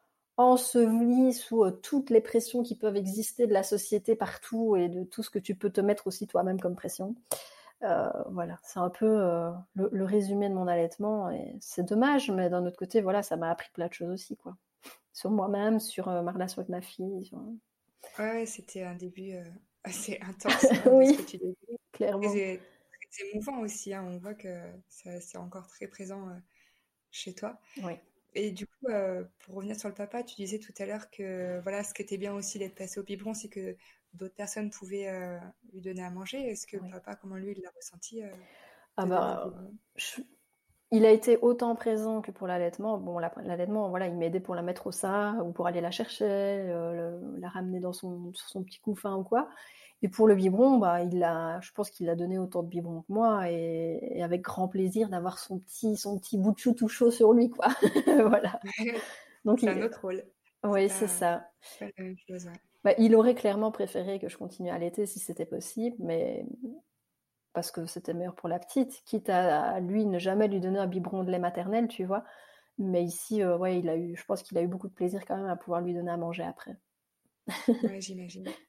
Speaker 2: ensevelie sous euh, toutes les pressions qui peuvent exister de la société partout et de tout ce que tu peux te mettre aussi toi-même comme pression. Euh, voilà, c'est un peu euh, le, le résumé de mon allaitement et c'est dommage, mais d'un autre côté, voilà, ça m'a appris plein de choses aussi, quoi. Sur moi-même, sur euh, ma relation avec ma fille. Sur...
Speaker 1: Ouais, ouais, c'était un début euh, assez intense hein, de ce
Speaker 2: oui,
Speaker 1: que tu décris.
Speaker 2: clairement.
Speaker 1: Très, très émouvant aussi, hein. On voit que ça, c'est encore très présent euh, chez toi.
Speaker 2: Oui.
Speaker 1: Et du coup, euh, pour revenir sur le papa, tu disais tout à l'heure que voilà, ce qui était bien aussi d'être passé au biberon, c'est que d'autres personnes pouvaient euh, lui donner à manger. Est-ce que
Speaker 2: Oui.
Speaker 1: papa, comment lui, il l'a ressenti euh,
Speaker 2: Ah
Speaker 1: de donner au
Speaker 2: bah,
Speaker 1: biberon?
Speaker 2: je... il a été autant présent que pour l'allaitement. Bon, la, l'allaitement, voilà, il m'aidait pour la mettre au sein ou pour aller la chercher, euh, le, la ramener dans son, sur son petit couffin ou quoi. Et pour le biberon, bah, il a, je pense qu'il a donné autant de biberons que moi et, et avec grand plaisir d'avoir son petit, son petit bout de chou tout chaud sur lui, quoi. Voilà. Donc,
Speaker 1: C'est un
Speaker 2: il...
Speaker 1: autre rôle. C'est
Speaker 2: oui, c'est
Speaker 1: pas,
Speaker 2: ça.
Speaker 1: c'est pas la même chose, ouais.
Speaker 2: Bah, il aurait clairement préféré que je continue à allaiter si c'était possible, mais parce que c'était meilleur pour la petite, quitte à, à lui ne jamais lui donner un biberon de lait maternel, tu vois. Mais ici, euh, ouais, il a eu, je pense qu'il a eu beaucoup de plaisir quand même à pouvoir lui donner à manger après.
Speaker 1: Ouais, j'imagine.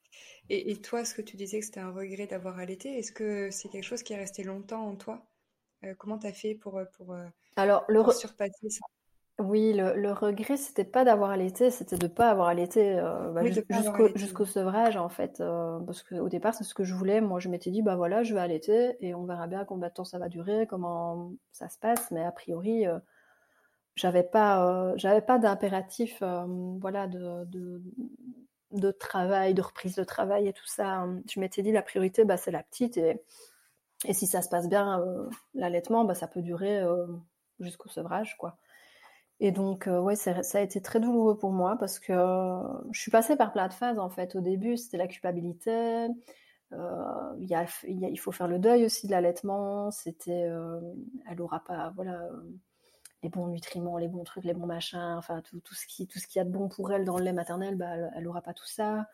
Speaker 1: Et, et toi, ce que tu disais que c'était un regret d'avoir allaité, est-ce que c'est quelque chose qui est resté longtemps en toi? Euh, comment tu as fait pour, euh, pour, euh,
Speaker 2: Alors, le,
Speaker 1: pour
Speaker 2: re-
Speaker 1: surpasser ça?
Speaker 2: oui, le, le regret, c'était pas d'avoir allaité, c'était de pas avoir allaité euh, bah,
Speaker 1: Oui,
Speaker 2: jus-
Speaker 1: de ne pas avoir
Speaker 2: jusqu'au
Speaker 1: allaité.
Speaker 2: jusqu'au sevrage en fait, euh, parce qu'au départ c'est ce que je voulais. Moi, je m'étais dit bah voilà, je vais allaiter et on verra bien combien de temps ça va durer, comment ça se passe. Mais a priori, euh, j'avais pas, euh, j'avais pas d'impératif, euh, voilà, de, de de travail, de reprise de travail et tout ça. Je m'étais dit la priorité, bah c'est la petite et et si ça se passe bien, euh, l'allaitement, bah ça peut durer euh, jusqu'au sevrage, quoi. Et donc, euh, ouais, ça a été très douloureux pour moi parce que euh, je suis passée par plein de phases en fait. Au début, c'était la culpabilité. Euh, il, y a, il, y a, il faut faire le deuil aussi de l'allaitement. C'était, euh, elle aura pas, voilà, euh, les bons nutriments, les bons trucs, les bons machins, enfin tout, tout ce qui, tout ce qu'il y a de bon pour elle dans le lait maternel, bah, elle, elle aura pas tout ça.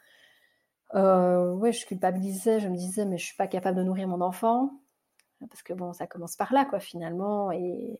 Speaker 2: Euh, ouais, je culpabilisais. Je me disais, mais je suis pas capable de nourrir mon enfant parce que bon, ça commence par là, quoi, finalement. Et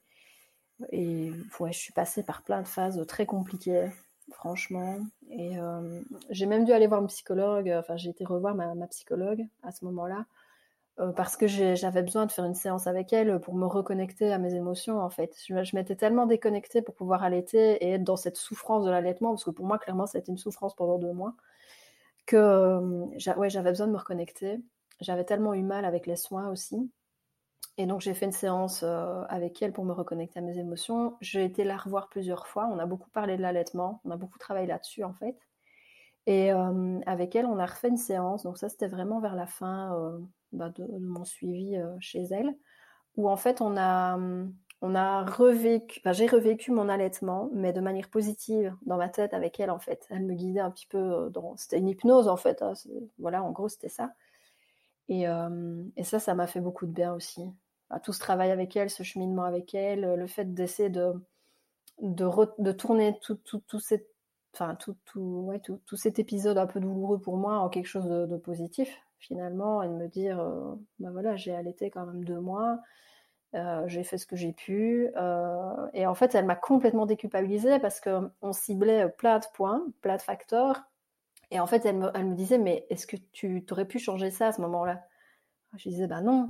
Speaker 2: Et ouais, je suis passée par plein de phases très compliquées, franchement. Et euh, j'ai même dû aller voir une psychologue, enfin j'ai été revoir ma, ma psychologue à ce moment-là, euh, parce que j'ai, j'avais besoin de faire une séance avec elle pour me reconnecter à mes émotions, en fait. Je, je m'étais tellement déconnectée pour pouvoir allaiter et être dans cette souffrance de l'allaitement, parce que pour moi, clairement, ça a été une souffrance pendant deux mois, que euh, j'a, ouais, j'avais besoin de me reconnecter. J'avais tellement eu mal avec les soins aussi. Et donc j'ai fait une séance euh, avec elle pour me reconnecter à mes émotions. J'ai été la revoir plusieurs fois. On a beaucoup parlé de l'allaitement. On a beaucoup travaillé là-dessus en fait. Et euh, avec elle, on a refait une séance. Donc ça, c'était vraiment vers la fin euh, bah, de, de mon suivi euh, chez elle, où en fait on a on a revécu. Enfin, j'ai revécu mon allaitement, mais de manière positive dans ma tête avec elle en fait. Elle me guidait un petit peu dans. C'était une hypnose en fait. Hein. Voilà, en gros, c'était ça. Et, euh, et ça, ça m'a fait beaucoup de bien aussi. Enfin, tout ce travail avec elle, ce cheminement avec elle, le fait d'essayer de, de, re, de tourner tout, tout, tout, cette, enfin, tout, tout, ouais, tout, tout cet épisode un peu douloureux pour moi en quelque chose de, de positif, finalement, et de me dire, euh, ben voilà, j'ai allaité quand même deux mois, euh, j'ai fait ce que j'ai pu. Euh, et en fait, elle m'a complètement déculpabilisée parce qu'on ciblait plein de points, plein de facteurs. Et en fait, elle me, elle me disait, mais est-ce que tu aurais pu changer ça à ce moment-là? Je disais, bah non.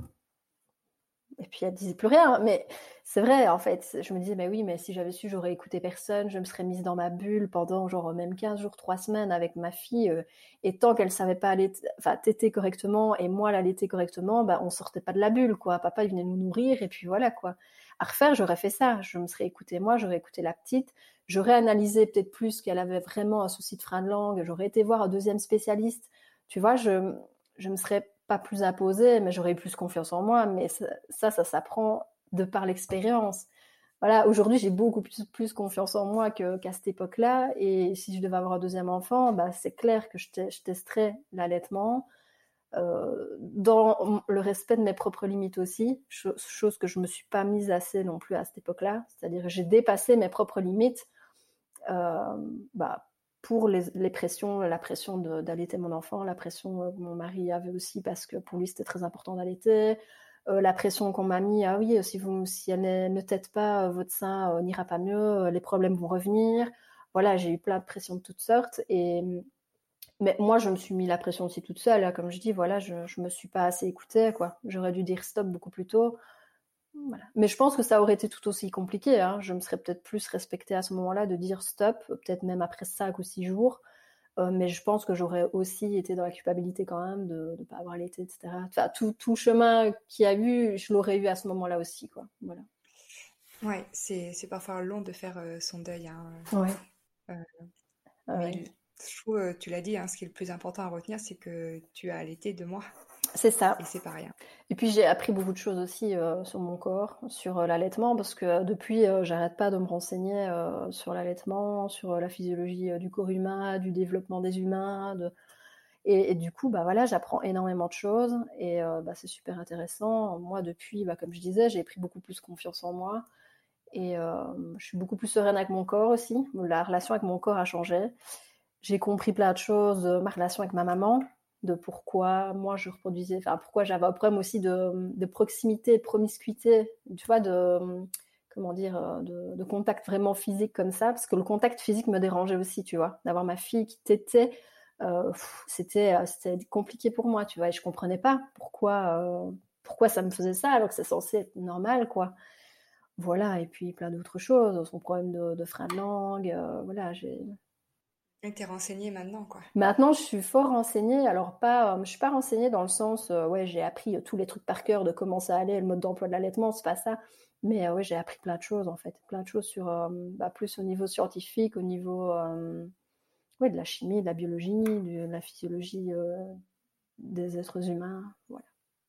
Speaker 2: Et puis elle disait plus rien, mais c'est vrai en fait. Je me disais, mais oui, mais si j'avais su, j'aurais écouté personne, je me serais mise dans ma bulle pendant genre même quinze jours, trois semaines avec ma fille, euh, et tant qu'elle savait pas allaiter, enfin téter correctement et moi l'allaiter correctement, bah on sortait pas de la bulle quoi. Papa il venait nous nourrir et puis voilà quoi. À refaire, j'aurais fait ça. Je me serais écoutée moi, j'aurais écouté la petite, j'aurais analysé peut-être plus qu'elle avait vraiment un souci de frein de langue, j'aurais été voir un deuxième spécialiste. Tu vois, je je me serais pas plus imposée, mais j'aurais eu plus confiance en moi. Mais ça, ça, ça s'apprend de par l'expérience. Voilà, aujourd'hui, j'ai beaucoup plus, plus confiance en moi que, qu'à cette époque-là. Et si je devais avoir un deuxième enfant, bah, c'est clair que je, te, je testerais l'allaitement euh, dans le respect de mes propres limites aussi, chose, chose que je me suis pas mise assez non plus à cette époque-là. C'est-à-dire que j'ai dépassé mes propres limites euh, bah, pour les, les pressions, la pression de, d'allaiter mon enfant, la pression que mon mari avait aussi parce que pour lui c'était très important d'allaiter, euh, la pression qu'on m'a mis, ah oui, si, vous, si elle ne, ne tète pas, votre sein euh, n'ira pas mieux, les problèmes vont revenir. Voilà, j'ai eu plein de pressions de toutes sortes. Et, mais moi, je me suis mis la pression aussi toute seule. Là, comme je dis, voilà, je ne me suis pas assez écoutée, quoi. J'aurais dû dire stop beaucoup plus tôt. Voilà. Mais je pense que ça aurait été tout aussi compliqué. Hein. Je me serais peut-être plus respectée à ce moment-là de dire stop, peut-être même après cinq ou six jours. Euh, mais je pense que j'aurais aussi été dans la culpabilité quand même de ne pas avoir allaité, et cetera. Enfin, tout, tout chemin qu'il y a eu, je l'aurais eu à ce moment-là aussi, quoi. Voilà.
Speaker 1: Ouais, c'est, c'est parfois long de faire euh, son deuil, hein.
Speaker 2: Ouais.
Speaker 1: Euh, mais
Speaker 2: Ouais.
Speaker 1: je trouve, euh, tu l'as dit, hein, ce qui est le plus important à retenir, c'est que tu as allaité deux mois
Speaker 2: C'est ça.
Speaker 1: et c'est pas rien.
Speaker 2: Et puis j'ai appris beaucoup de choses aussi euh, sur mon corps, sur euh, l'allaitement, parce que euh, depuis, euh, j'arrête pas de me renseigner euh, sur l'allaitement, sur euh, la physiologie euh, du corps humain, du développement des humains, de... et, et du coup, bah voilà, j'apprends énormément de choses et euh, bah, c'est super intéressant. Moi, depuis, bah, comme je disais, j'ai pris beaucoup plus confiance en moi et euh, je suis beaucoup plus sereine avec mon corps aussi. La relation avec mon corps a changé. J'ai compris plein de choses de ma relation avec ma maman, de pourquoi moi je reproduisais, enfin pourquoi j'avais un problème aussi de, de proximité, de promiscuité, tu vois, de comment dire, de, de contact vraiment physique comme ça, parce que le contact physique me dérangeait aussi, tu vois, d'avoir ma fille qui tétait euh, pff, c'était, euh, c'était compliqué pour moi, tu vois, et je comprenais pas pourquoi, euh, pourquoi ça me faisait ça alors que c'est censé être normal, quoi. Voilà, et puis plein d'autres choses, son problème de, de frein de langue, euh, voilà, j'ai...
Speaker 1: Et t'es renseignée maintenant, quoi.
Speaker 2: Maintenant, je suis fort renseignée. Alors pas, euh, je suis pas renseignée dans le sens, euh, ouais, j'ai appris euh, tous les trucs par cœur de comment ça allait, le mode d'emploi de l'allaitement, c'est pas ça. Mais euh, ouais, j'ai appris plein de choses en fait, plein de choses sur, euh, bah, plus au niveau scientifique, au niveau, euh, ouais, de la chimie, de la biologie, de la physiologie euh, des êtres humains. Voilà.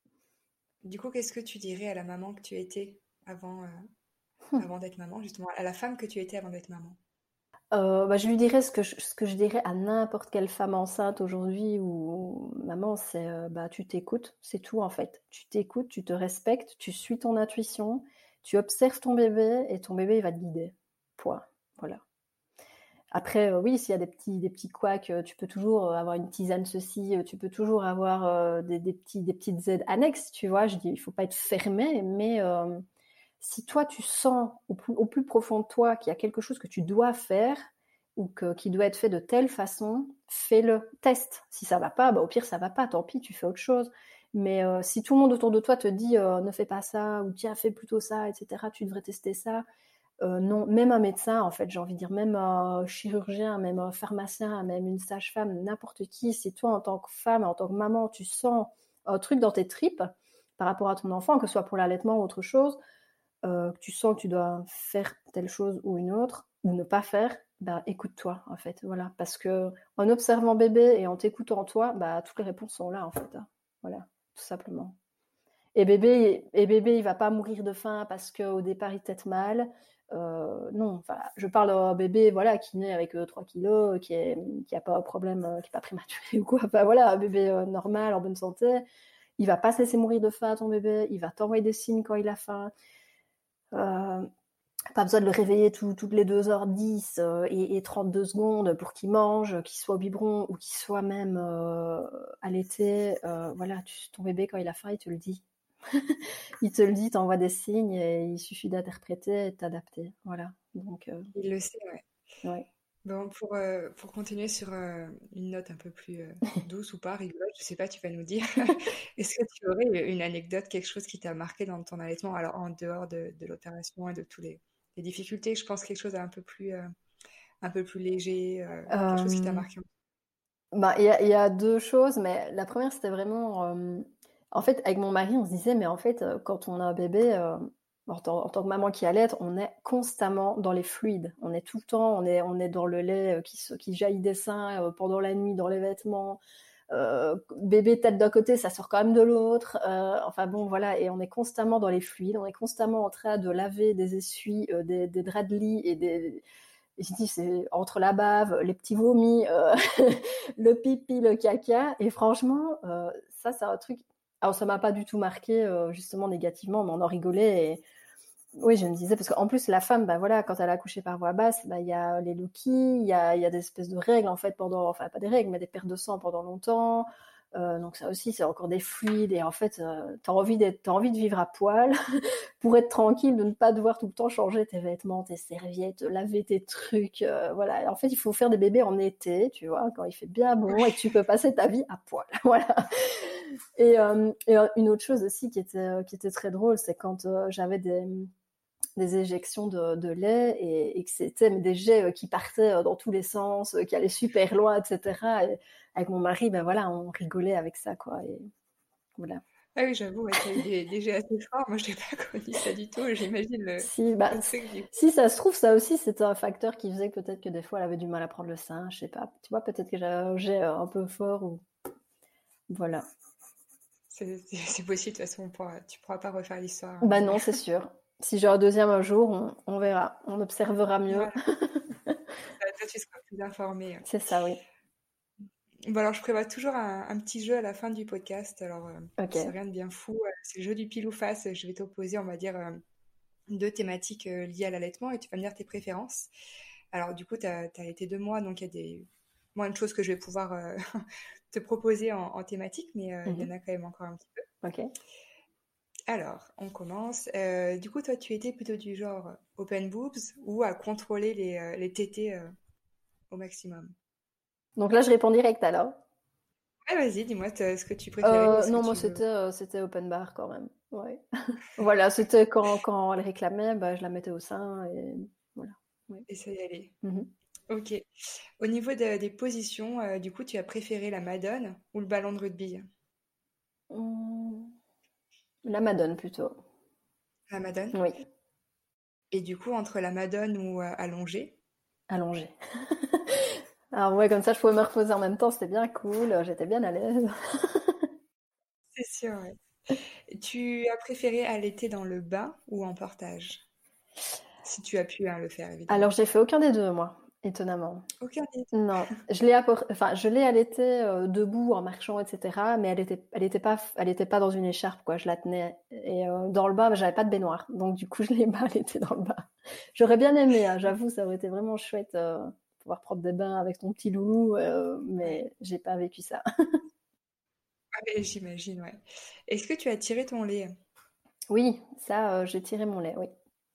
Speaker 1: Du coup, qu'est-ce que tu dirais à la maman que tu étais avant, euh, avant d'être maman, justement, à la femme que tu étais avant d'être maman?
Speaker 2: Euh, bah, je lui dirais ce que je, ce que je dirais à n'importe quelle femme enceinte aujourd'hui ou maman, c'est euh, bah tu t'écoutes, c'est tout en fait. Tu t'écoutes, tu te respectes, tu suis ton intuition, tu observes ton bébé et ton bébé il va te guider. Point. Voilà. Après, euh, oui, s'il y a des petits des petits couacs, euh, tu peux toujours euh, avoir une tisane ceci, euh, tu peux toujours avoir euh, des, des petits des petites aides annexes, tu vois. Je dis, il faut pas être fermé, mais euh, si toi tu sens au plus, au plus profond de toi qu'il y a quelque chose que tu dois faire ou que, qui doit être fait de telle façon, fais-le, teste. Si ça va pas, bah au pire ça va pas, tant pis, tu fais autre chose. Mais euh, si tout le monde autour de toi te dit euh, ne fais pas ça ou tiens fais plutôt ça, et cetera, tu devrais tester ça. Euh, non, même un médecin, en fait, j'ai envie de dire, même un chirurgien, même un pharmacien, même une sage-femme, n'importe qui, si toi, en tant que femme, en tant que maman, tu sens un truc dans tes tripes par rapport à ton enfant, que ce soit pour l'allaitement ou autre chose, euh, que tu sens que tu dois faire telle chose ou une autre, ou ne pas faire, bah écoute-toi en fait, voilà, parce que en observant bébé et en t'écoutant toi, bah toutes les réponses sont là en fait, hein. Voilà, tout simplement. Et bébé, et bébé, il va pas mourir de faim parce que au départ il tète mal. Euh, non, enfin, je parle d'un bébé, voilà, qui naît avec euh, trois kilos, qui est, qui a pas de problème, euh, qui est pas prématuré ou quoi. Enfin voilà, un bébé euh, normal, en bonne santé. Il va pas se laisser mourir de faim, ton bébé. Il va t'envoyer des signes quand il a faim. Euh, Pas besoin de le réveiller tout, toutes les deux heures dix euh, et, et trente-deux secondes pour qu'il mange, qu'il soit au biberon ou qu'il soit même euh, allaité. Euh, voilà, tu, ton bébé, quand il a faim, il te le dit. Il te le dit, t'envoie des signes et il suffit d'interpréter et de t'adapter. Voilà. Donc, euh,
Speaker 1: Il le sait, ouais.
Speaker 2: ouais.
Speaker 1: Bon, pour, euh, pour continuer sur euh, une note un peu plus euh, douce ou pas, rigolote, je sais pas, tu vas nous dire. Est-ce que tu aurais une anecdote, quelque chose qui t'a marqué dans ton allaitement, alors en dehors de, de l'opération et de tous les, les difficultés, je pense quelque chose un peu plus, euh, un peu plus léger, euh, quelque chose qui t'a
Speaker 2: Euh,
Speaker 1: marqué.
Speaker 2: bah, il y a, il y a deux choses, mais la première, c'était vraiment, euh, en fait, avec mon mari, on se disait, mais en fait, euh, quand on a un bébé, euh, en, tant, en tant que maman qui allait, on est constamment dans les fluides. On est tout le temps, on est, on est dans le lait euh, qui, se- qui jaillit des seins euh, pendant la nuit, dans les vêtements. Euh, bébé tête d'un côté, ça sort quand même de l'autre. Euh, enfin bon, voilà, et on est constamment dans les fluides. On est constamment en train de laver des essuies, euh, des, des draps de lit et des et j'ai dit, c'est entre la bave, les petits vomis, euh, le pipi, le caca. Et franchement, euh, ça, c'est un truc. Alors, ça m'a pas du tout marqué, euh, justement, négativement, mais on en rigolait. Et oui, je me disais, parce qu'en plus, la femme, bah voilà, quand elle a accouché par voie basse, bah il y a les loquis, il y a, il y a des espèces de règles, en fait, pendant, enfin, pas des règles, mais des pertes de sang pendant longtemps. Euh, donc ça aussi, c'est encore des fluides. Et en fait, euh, t'as envie d'être, t'as envie de vivre à poil pour être tranquille, de ne pas devoir tout le temps changer tes vêtements, tes serviettes, laver tes trucs. Euh, voilà. En fait, il faut faire des bébés en été, tu vois, quand il fait bien bon et que tu peux passer ta vie à poil. Voilà. Et, euh, et une autre chose aussi qui était, qui était très drôle, c'est quand euh, j'avais des des éjections de, de lait et, et que c'était des jets qui partaient dans tous les sens, qui allaient super loin, et cetera. Et avec mon mari, ben voilà, on rigolait avec ça, quoi. Et voilà.
Speaker 1: Ah oui, j'avoue, ouais, t'as eu des, des jets assez forts. Moi, je n'ai pas connu ça du tout. J'imagine le,
Speaker 2: Si, bah,
Speaker 1: le truc du
Speaker 2: si ça se trouve, ça aussi, c'était un facteur qui faisait que peut-être que des fois, elle avait du mal à prendre le sein, je sais pas. Tu vois, peut-être que j'avais un jet un peu fort ou voilà.
Speaker 1: C'est c'est- c'est possible, de toute façon, on pourra, tu pourras pas refaire l'histoire, hein,
Speaker 2: Bah
Speaker 1: mais
Speaker 2: non, c'est sûr. Si j'ai un deuxième un jour, on, on verra, on observera mieux.
Speaker 1: voilà, toi, toi, tu seras plus informé.
Speaker 2: C'est ça, oui.
Speaker 1: Bon, alors, je prévois toujours un, un petit jeu à la fin du podcast. Alors, euh,
Speaker 2: Ok.
Speaker 1: c'est rien de bien fou. euh, C'est le jeu du pile ou face. Je vais t'opposer, on va dire, euh, deux thématiques euh, liées à l'allaitement et tu vas me dire tes préférences. Alors, du coup, tu as, été deux mois, donc il y a des moins de choses que je vais pouvoir euh, te proposer en, en thématique, mais euh, il y en
Speaker 2: Mhm.
Speaker 1: a quand même encore un petit peu.
Speaker 2: Ok.
Speaker 1: Alors, on commence. Euh, du coup, toi, tu étais plutôt du genre open boobs ou à contrôler les, euh, les tétés euh, au maximum?
Speaker 2: Donc là, je réponds direct alors.
Speaker 1: Ouais, vas-y, dis-moi t- ce que tu préférais ou
Speaker 2: Euh,
Speaker 1: ce que
Speaker 2: non, moi
Speaker 1: tu veux.
Speaker 2: c'était euh, c'était open bar quand même. Ouais. Voilà, c'était quand, quand elle réclamait, bah, je la mettais au sein et voilà. Ouais.
Speaker 1: Et ça y aller.
Speaker 2: Mhm.
Speaker 1: Ok. Au niveau de- des positions, euh, du coup, tu as préféré la Madone ou le ballon de rugby?
Speaker 2: Hum, La Madone plutôt.
Speaker 1: La Madone.
Speaker 2: Oui,
Speaker 1: Et du coup, entre la Madone ou euh, allongée?
Speaker 2: allongée. Alors ouais, comme ça je pouvais me reposer en même temps, c'était bien cool, j'étais bien à l'aise.
Speaker 1: C'est sûr, ouais. Tu as préféré allaiter dans le bain ou en portage? Si tu as pu hein, le faire, évidemment.
Speaker 2: Alors j'ai fait aucun des deux moi, étonnamment.
Speaker 1: Aucun des deux.
Speaker 2: Non, je l'ai appor- enfin je l'ai allaitée euh, debout en marchant, et cetera. Mais elle était, elle était pas, elle était pas dans une écharpe quoi. Je la tenais et euh, dans le bas, j'avais pas de baignoire, donc du coup je l'ai pas allaitée dans le bas. J'aurais bien aimé, hein, j'avoue, ça aurait été vraiment chouette euh, pouvoir prendre des bains avec ton petit loulou, euh,
Speaker 1: Ouais.
Speaker 2: mais j'ai pas vécu ça.
Speaker 1: Ah, mais j'imagine, ouais. Est-ce que tu as tiré ton lait?
Speaker 2: Oui, ça, euh, j'ai tiré mon lait, oui.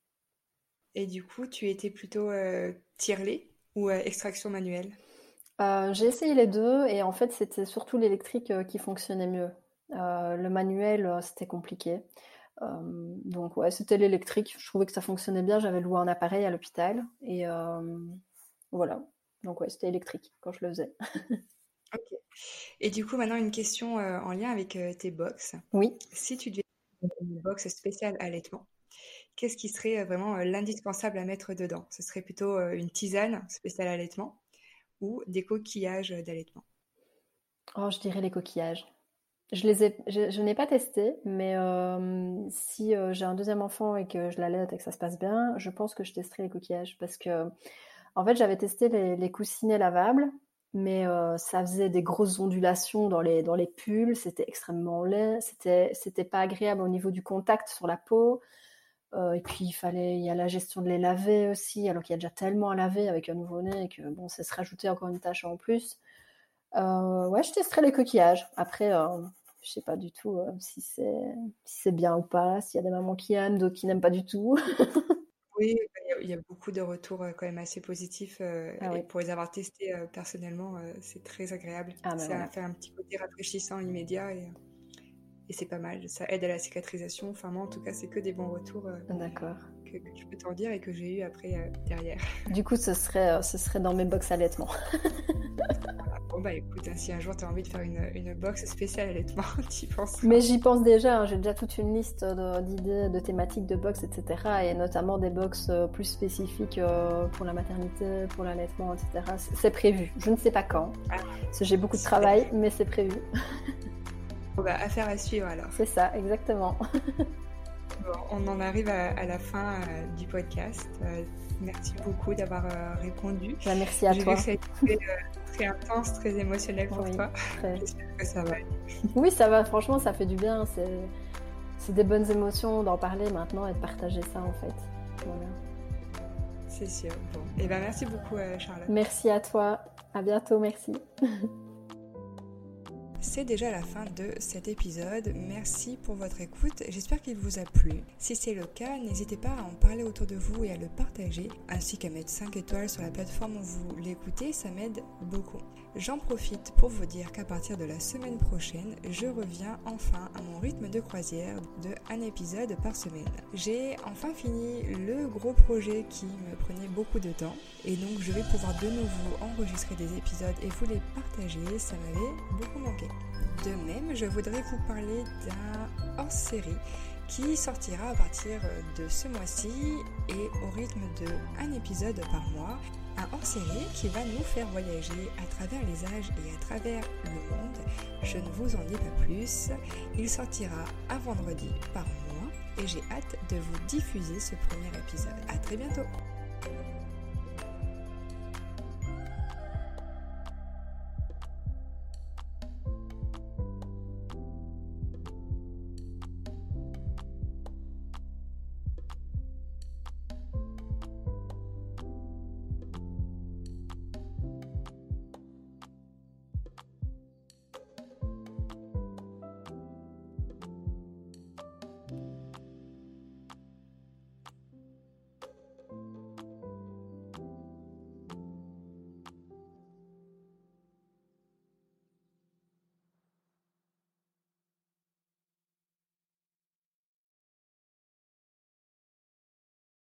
Speaker 1: Et du coup, tu étais plutôt euh, tire-lait ou euh, extraction manuelle?
Speaker 2: Euh, j'ai essayé les deux et en fait c'était surtout l'électrique euh, qui fonctionnait mieux. Euh, le manuel, euh, c'était compliqué. Euh, donc ouais, c'était l'électrique. Je trouvais que ça fonctionnait bien. J'avais loué un appareil à l'hôpital et euh, voilà. Donc ouais, c'était électrique quand je le faisais.
Speaker 1: Ok. Et du coup, maintenant, une question euh, en lien avec euh, tes box.
Speaker 2: Oui.
Speaker 1: Si tu devais faire une box spéciale allaitement, qu'est-ce qui serait euh, vraiment euh, l'indispensable à mettre dedans? Ce serait plutôt euh, une tisane spéciale allaitement ou des coquillages d'allaitement?
Speaker 2: Oh, je dirais les coquillages. Je les ai, je, je n'ai pas testé, mais euh, si euh, j'ai un deuxième enfant et que je l'allaite et que ça se passe bien, je pense que je testerai les coquillages parce que en fait, j'avais testé les, les coussinets lavables, mais euh, ça faisait des grosses ondulations dans les, dans les pulls, c'était extrêmement laid, c'était, c'était pas agréable au niveau du contact sur la peau. Euh, et puis, il fallait, il y a la gestion de les laver aussi, alors qu'il y a déjà tellement à laver avec un nouveau-né et que bon, ça se rajoutait encore une tâche en plus. Euh, ouais, je testerai les coquillages. Après, euh, je sais pas du tout euh, si c'est, si c'est bien ou pas, s'il y a des mamans qui aiment, d'autres qui n'aiment pas du tout.
Speaker 1: Oui, bah, il y a, il y a beaucoup de retours euh, quand même assez positifs euh,
Speaker 2: Ah
Speaker 1: et
Speaker 2: oui,
Speaker 1: pour les avoir testés euh, personnellement, euh, c'est très agréable.
Speaker 2: ah ben
Speaker 1: Ça
Speaker 2: voilà,
Speaker 1: fait un petit côté rafraîchissant immédiat et, et c'est pas mal. Ça aide à la cicatrisation. Enfin, moi, en tout cas, c'est que des bons retours euh,
Speaker 2: d'accord.
Speaker 1: que, que je peux t'en dire et que j'ai eu après euh, derrière.
Speaker 2: Du coup, ce serait, euh, ce serait dans mes box allaitement.
Speaker 1: Voilà. Bon, bah écoute, hein, si un jour tu as envie de faire une, une box spéciale allaitement, tu y penseras.
Speaker 2: Mais j'y pense déjà, hein, j'ai déjà toute une liste de- d'idées, de thématiques de box, et cetera. Et notamment des box euh, plus spécifiques euh, pour la maternité, pour l'allaitement, et cetera. C'est c'est prévu. Je ne sais pas quand,
Speaker 1: Ah,
Speaker 2: parce que j'ai beaucoup de
Speaker 1: super.
Speaker 2: travail, mais c'est prévu.
Speaker 1: Bon, bah, affaire à suivre alors.
Speaker 2: C'est ça, exactement.
Speaker 1: Bon, on en arrive à, à la fin euh, du podcast. Euh, merci beaucoup d'avoir euh, répondu.
Speaker 2: Bah, merci à
Speaker 1: J'ai vu
Speaker 2: toi.
Speaker 1: que ça a été très, euh, très intense, très émotionnel pour
Speaker 2: Oui,
Speaker 1: toi.
Speaker 2: très.
Speaker 1: J'espère que ça va.
Speaker 2: Oui, ça va, franchement, ça fait du bien. C'est c'est des bonnes émotions d'en parler maintenant et de partager ça, en fait. Voilà.
Speaker 1: C'est sûr. Bon. Et ben merci beaucoup, euh, Charlotte.
Speaker 2: Merci à toi. À bientôt, merci.
Speaker 1: C'est déjà la fin de cet épisode. Merci pour votre écoute. J'espère qu'il vous a plu. Si c'est le cas, n'hésitez pas à en parler autour de vous et à le partager, ainsi qu'à mettre cinq étoiles sur la plateforme où vous l'écoutez, ça m'aide beaucoup. J'en profite pour vous dire qu'à partir de la semaine prochaine, je reviens enfin à mon rythme de croisière de un épisode par semaine. J'ai enfin fini le gros projet qui me prenait beaucoup de temps et donc je vais pouvoir de nouveau enregistrer des épisodes et vous les partager. Ça m'avait beaucoup manqué. De même, je voudrais vous parler d'un hors-série qui sortira à partir de ce mois-ci et au rythme de un épisode par mois. Un hors-série qui va nous faire voyager à travers les âges et à travers le monde. Je ne vous en dis pas plus. Il sortira un vendredi par mois et j'ai hâte de vous diffuser ce premier épisode. À très bientôt!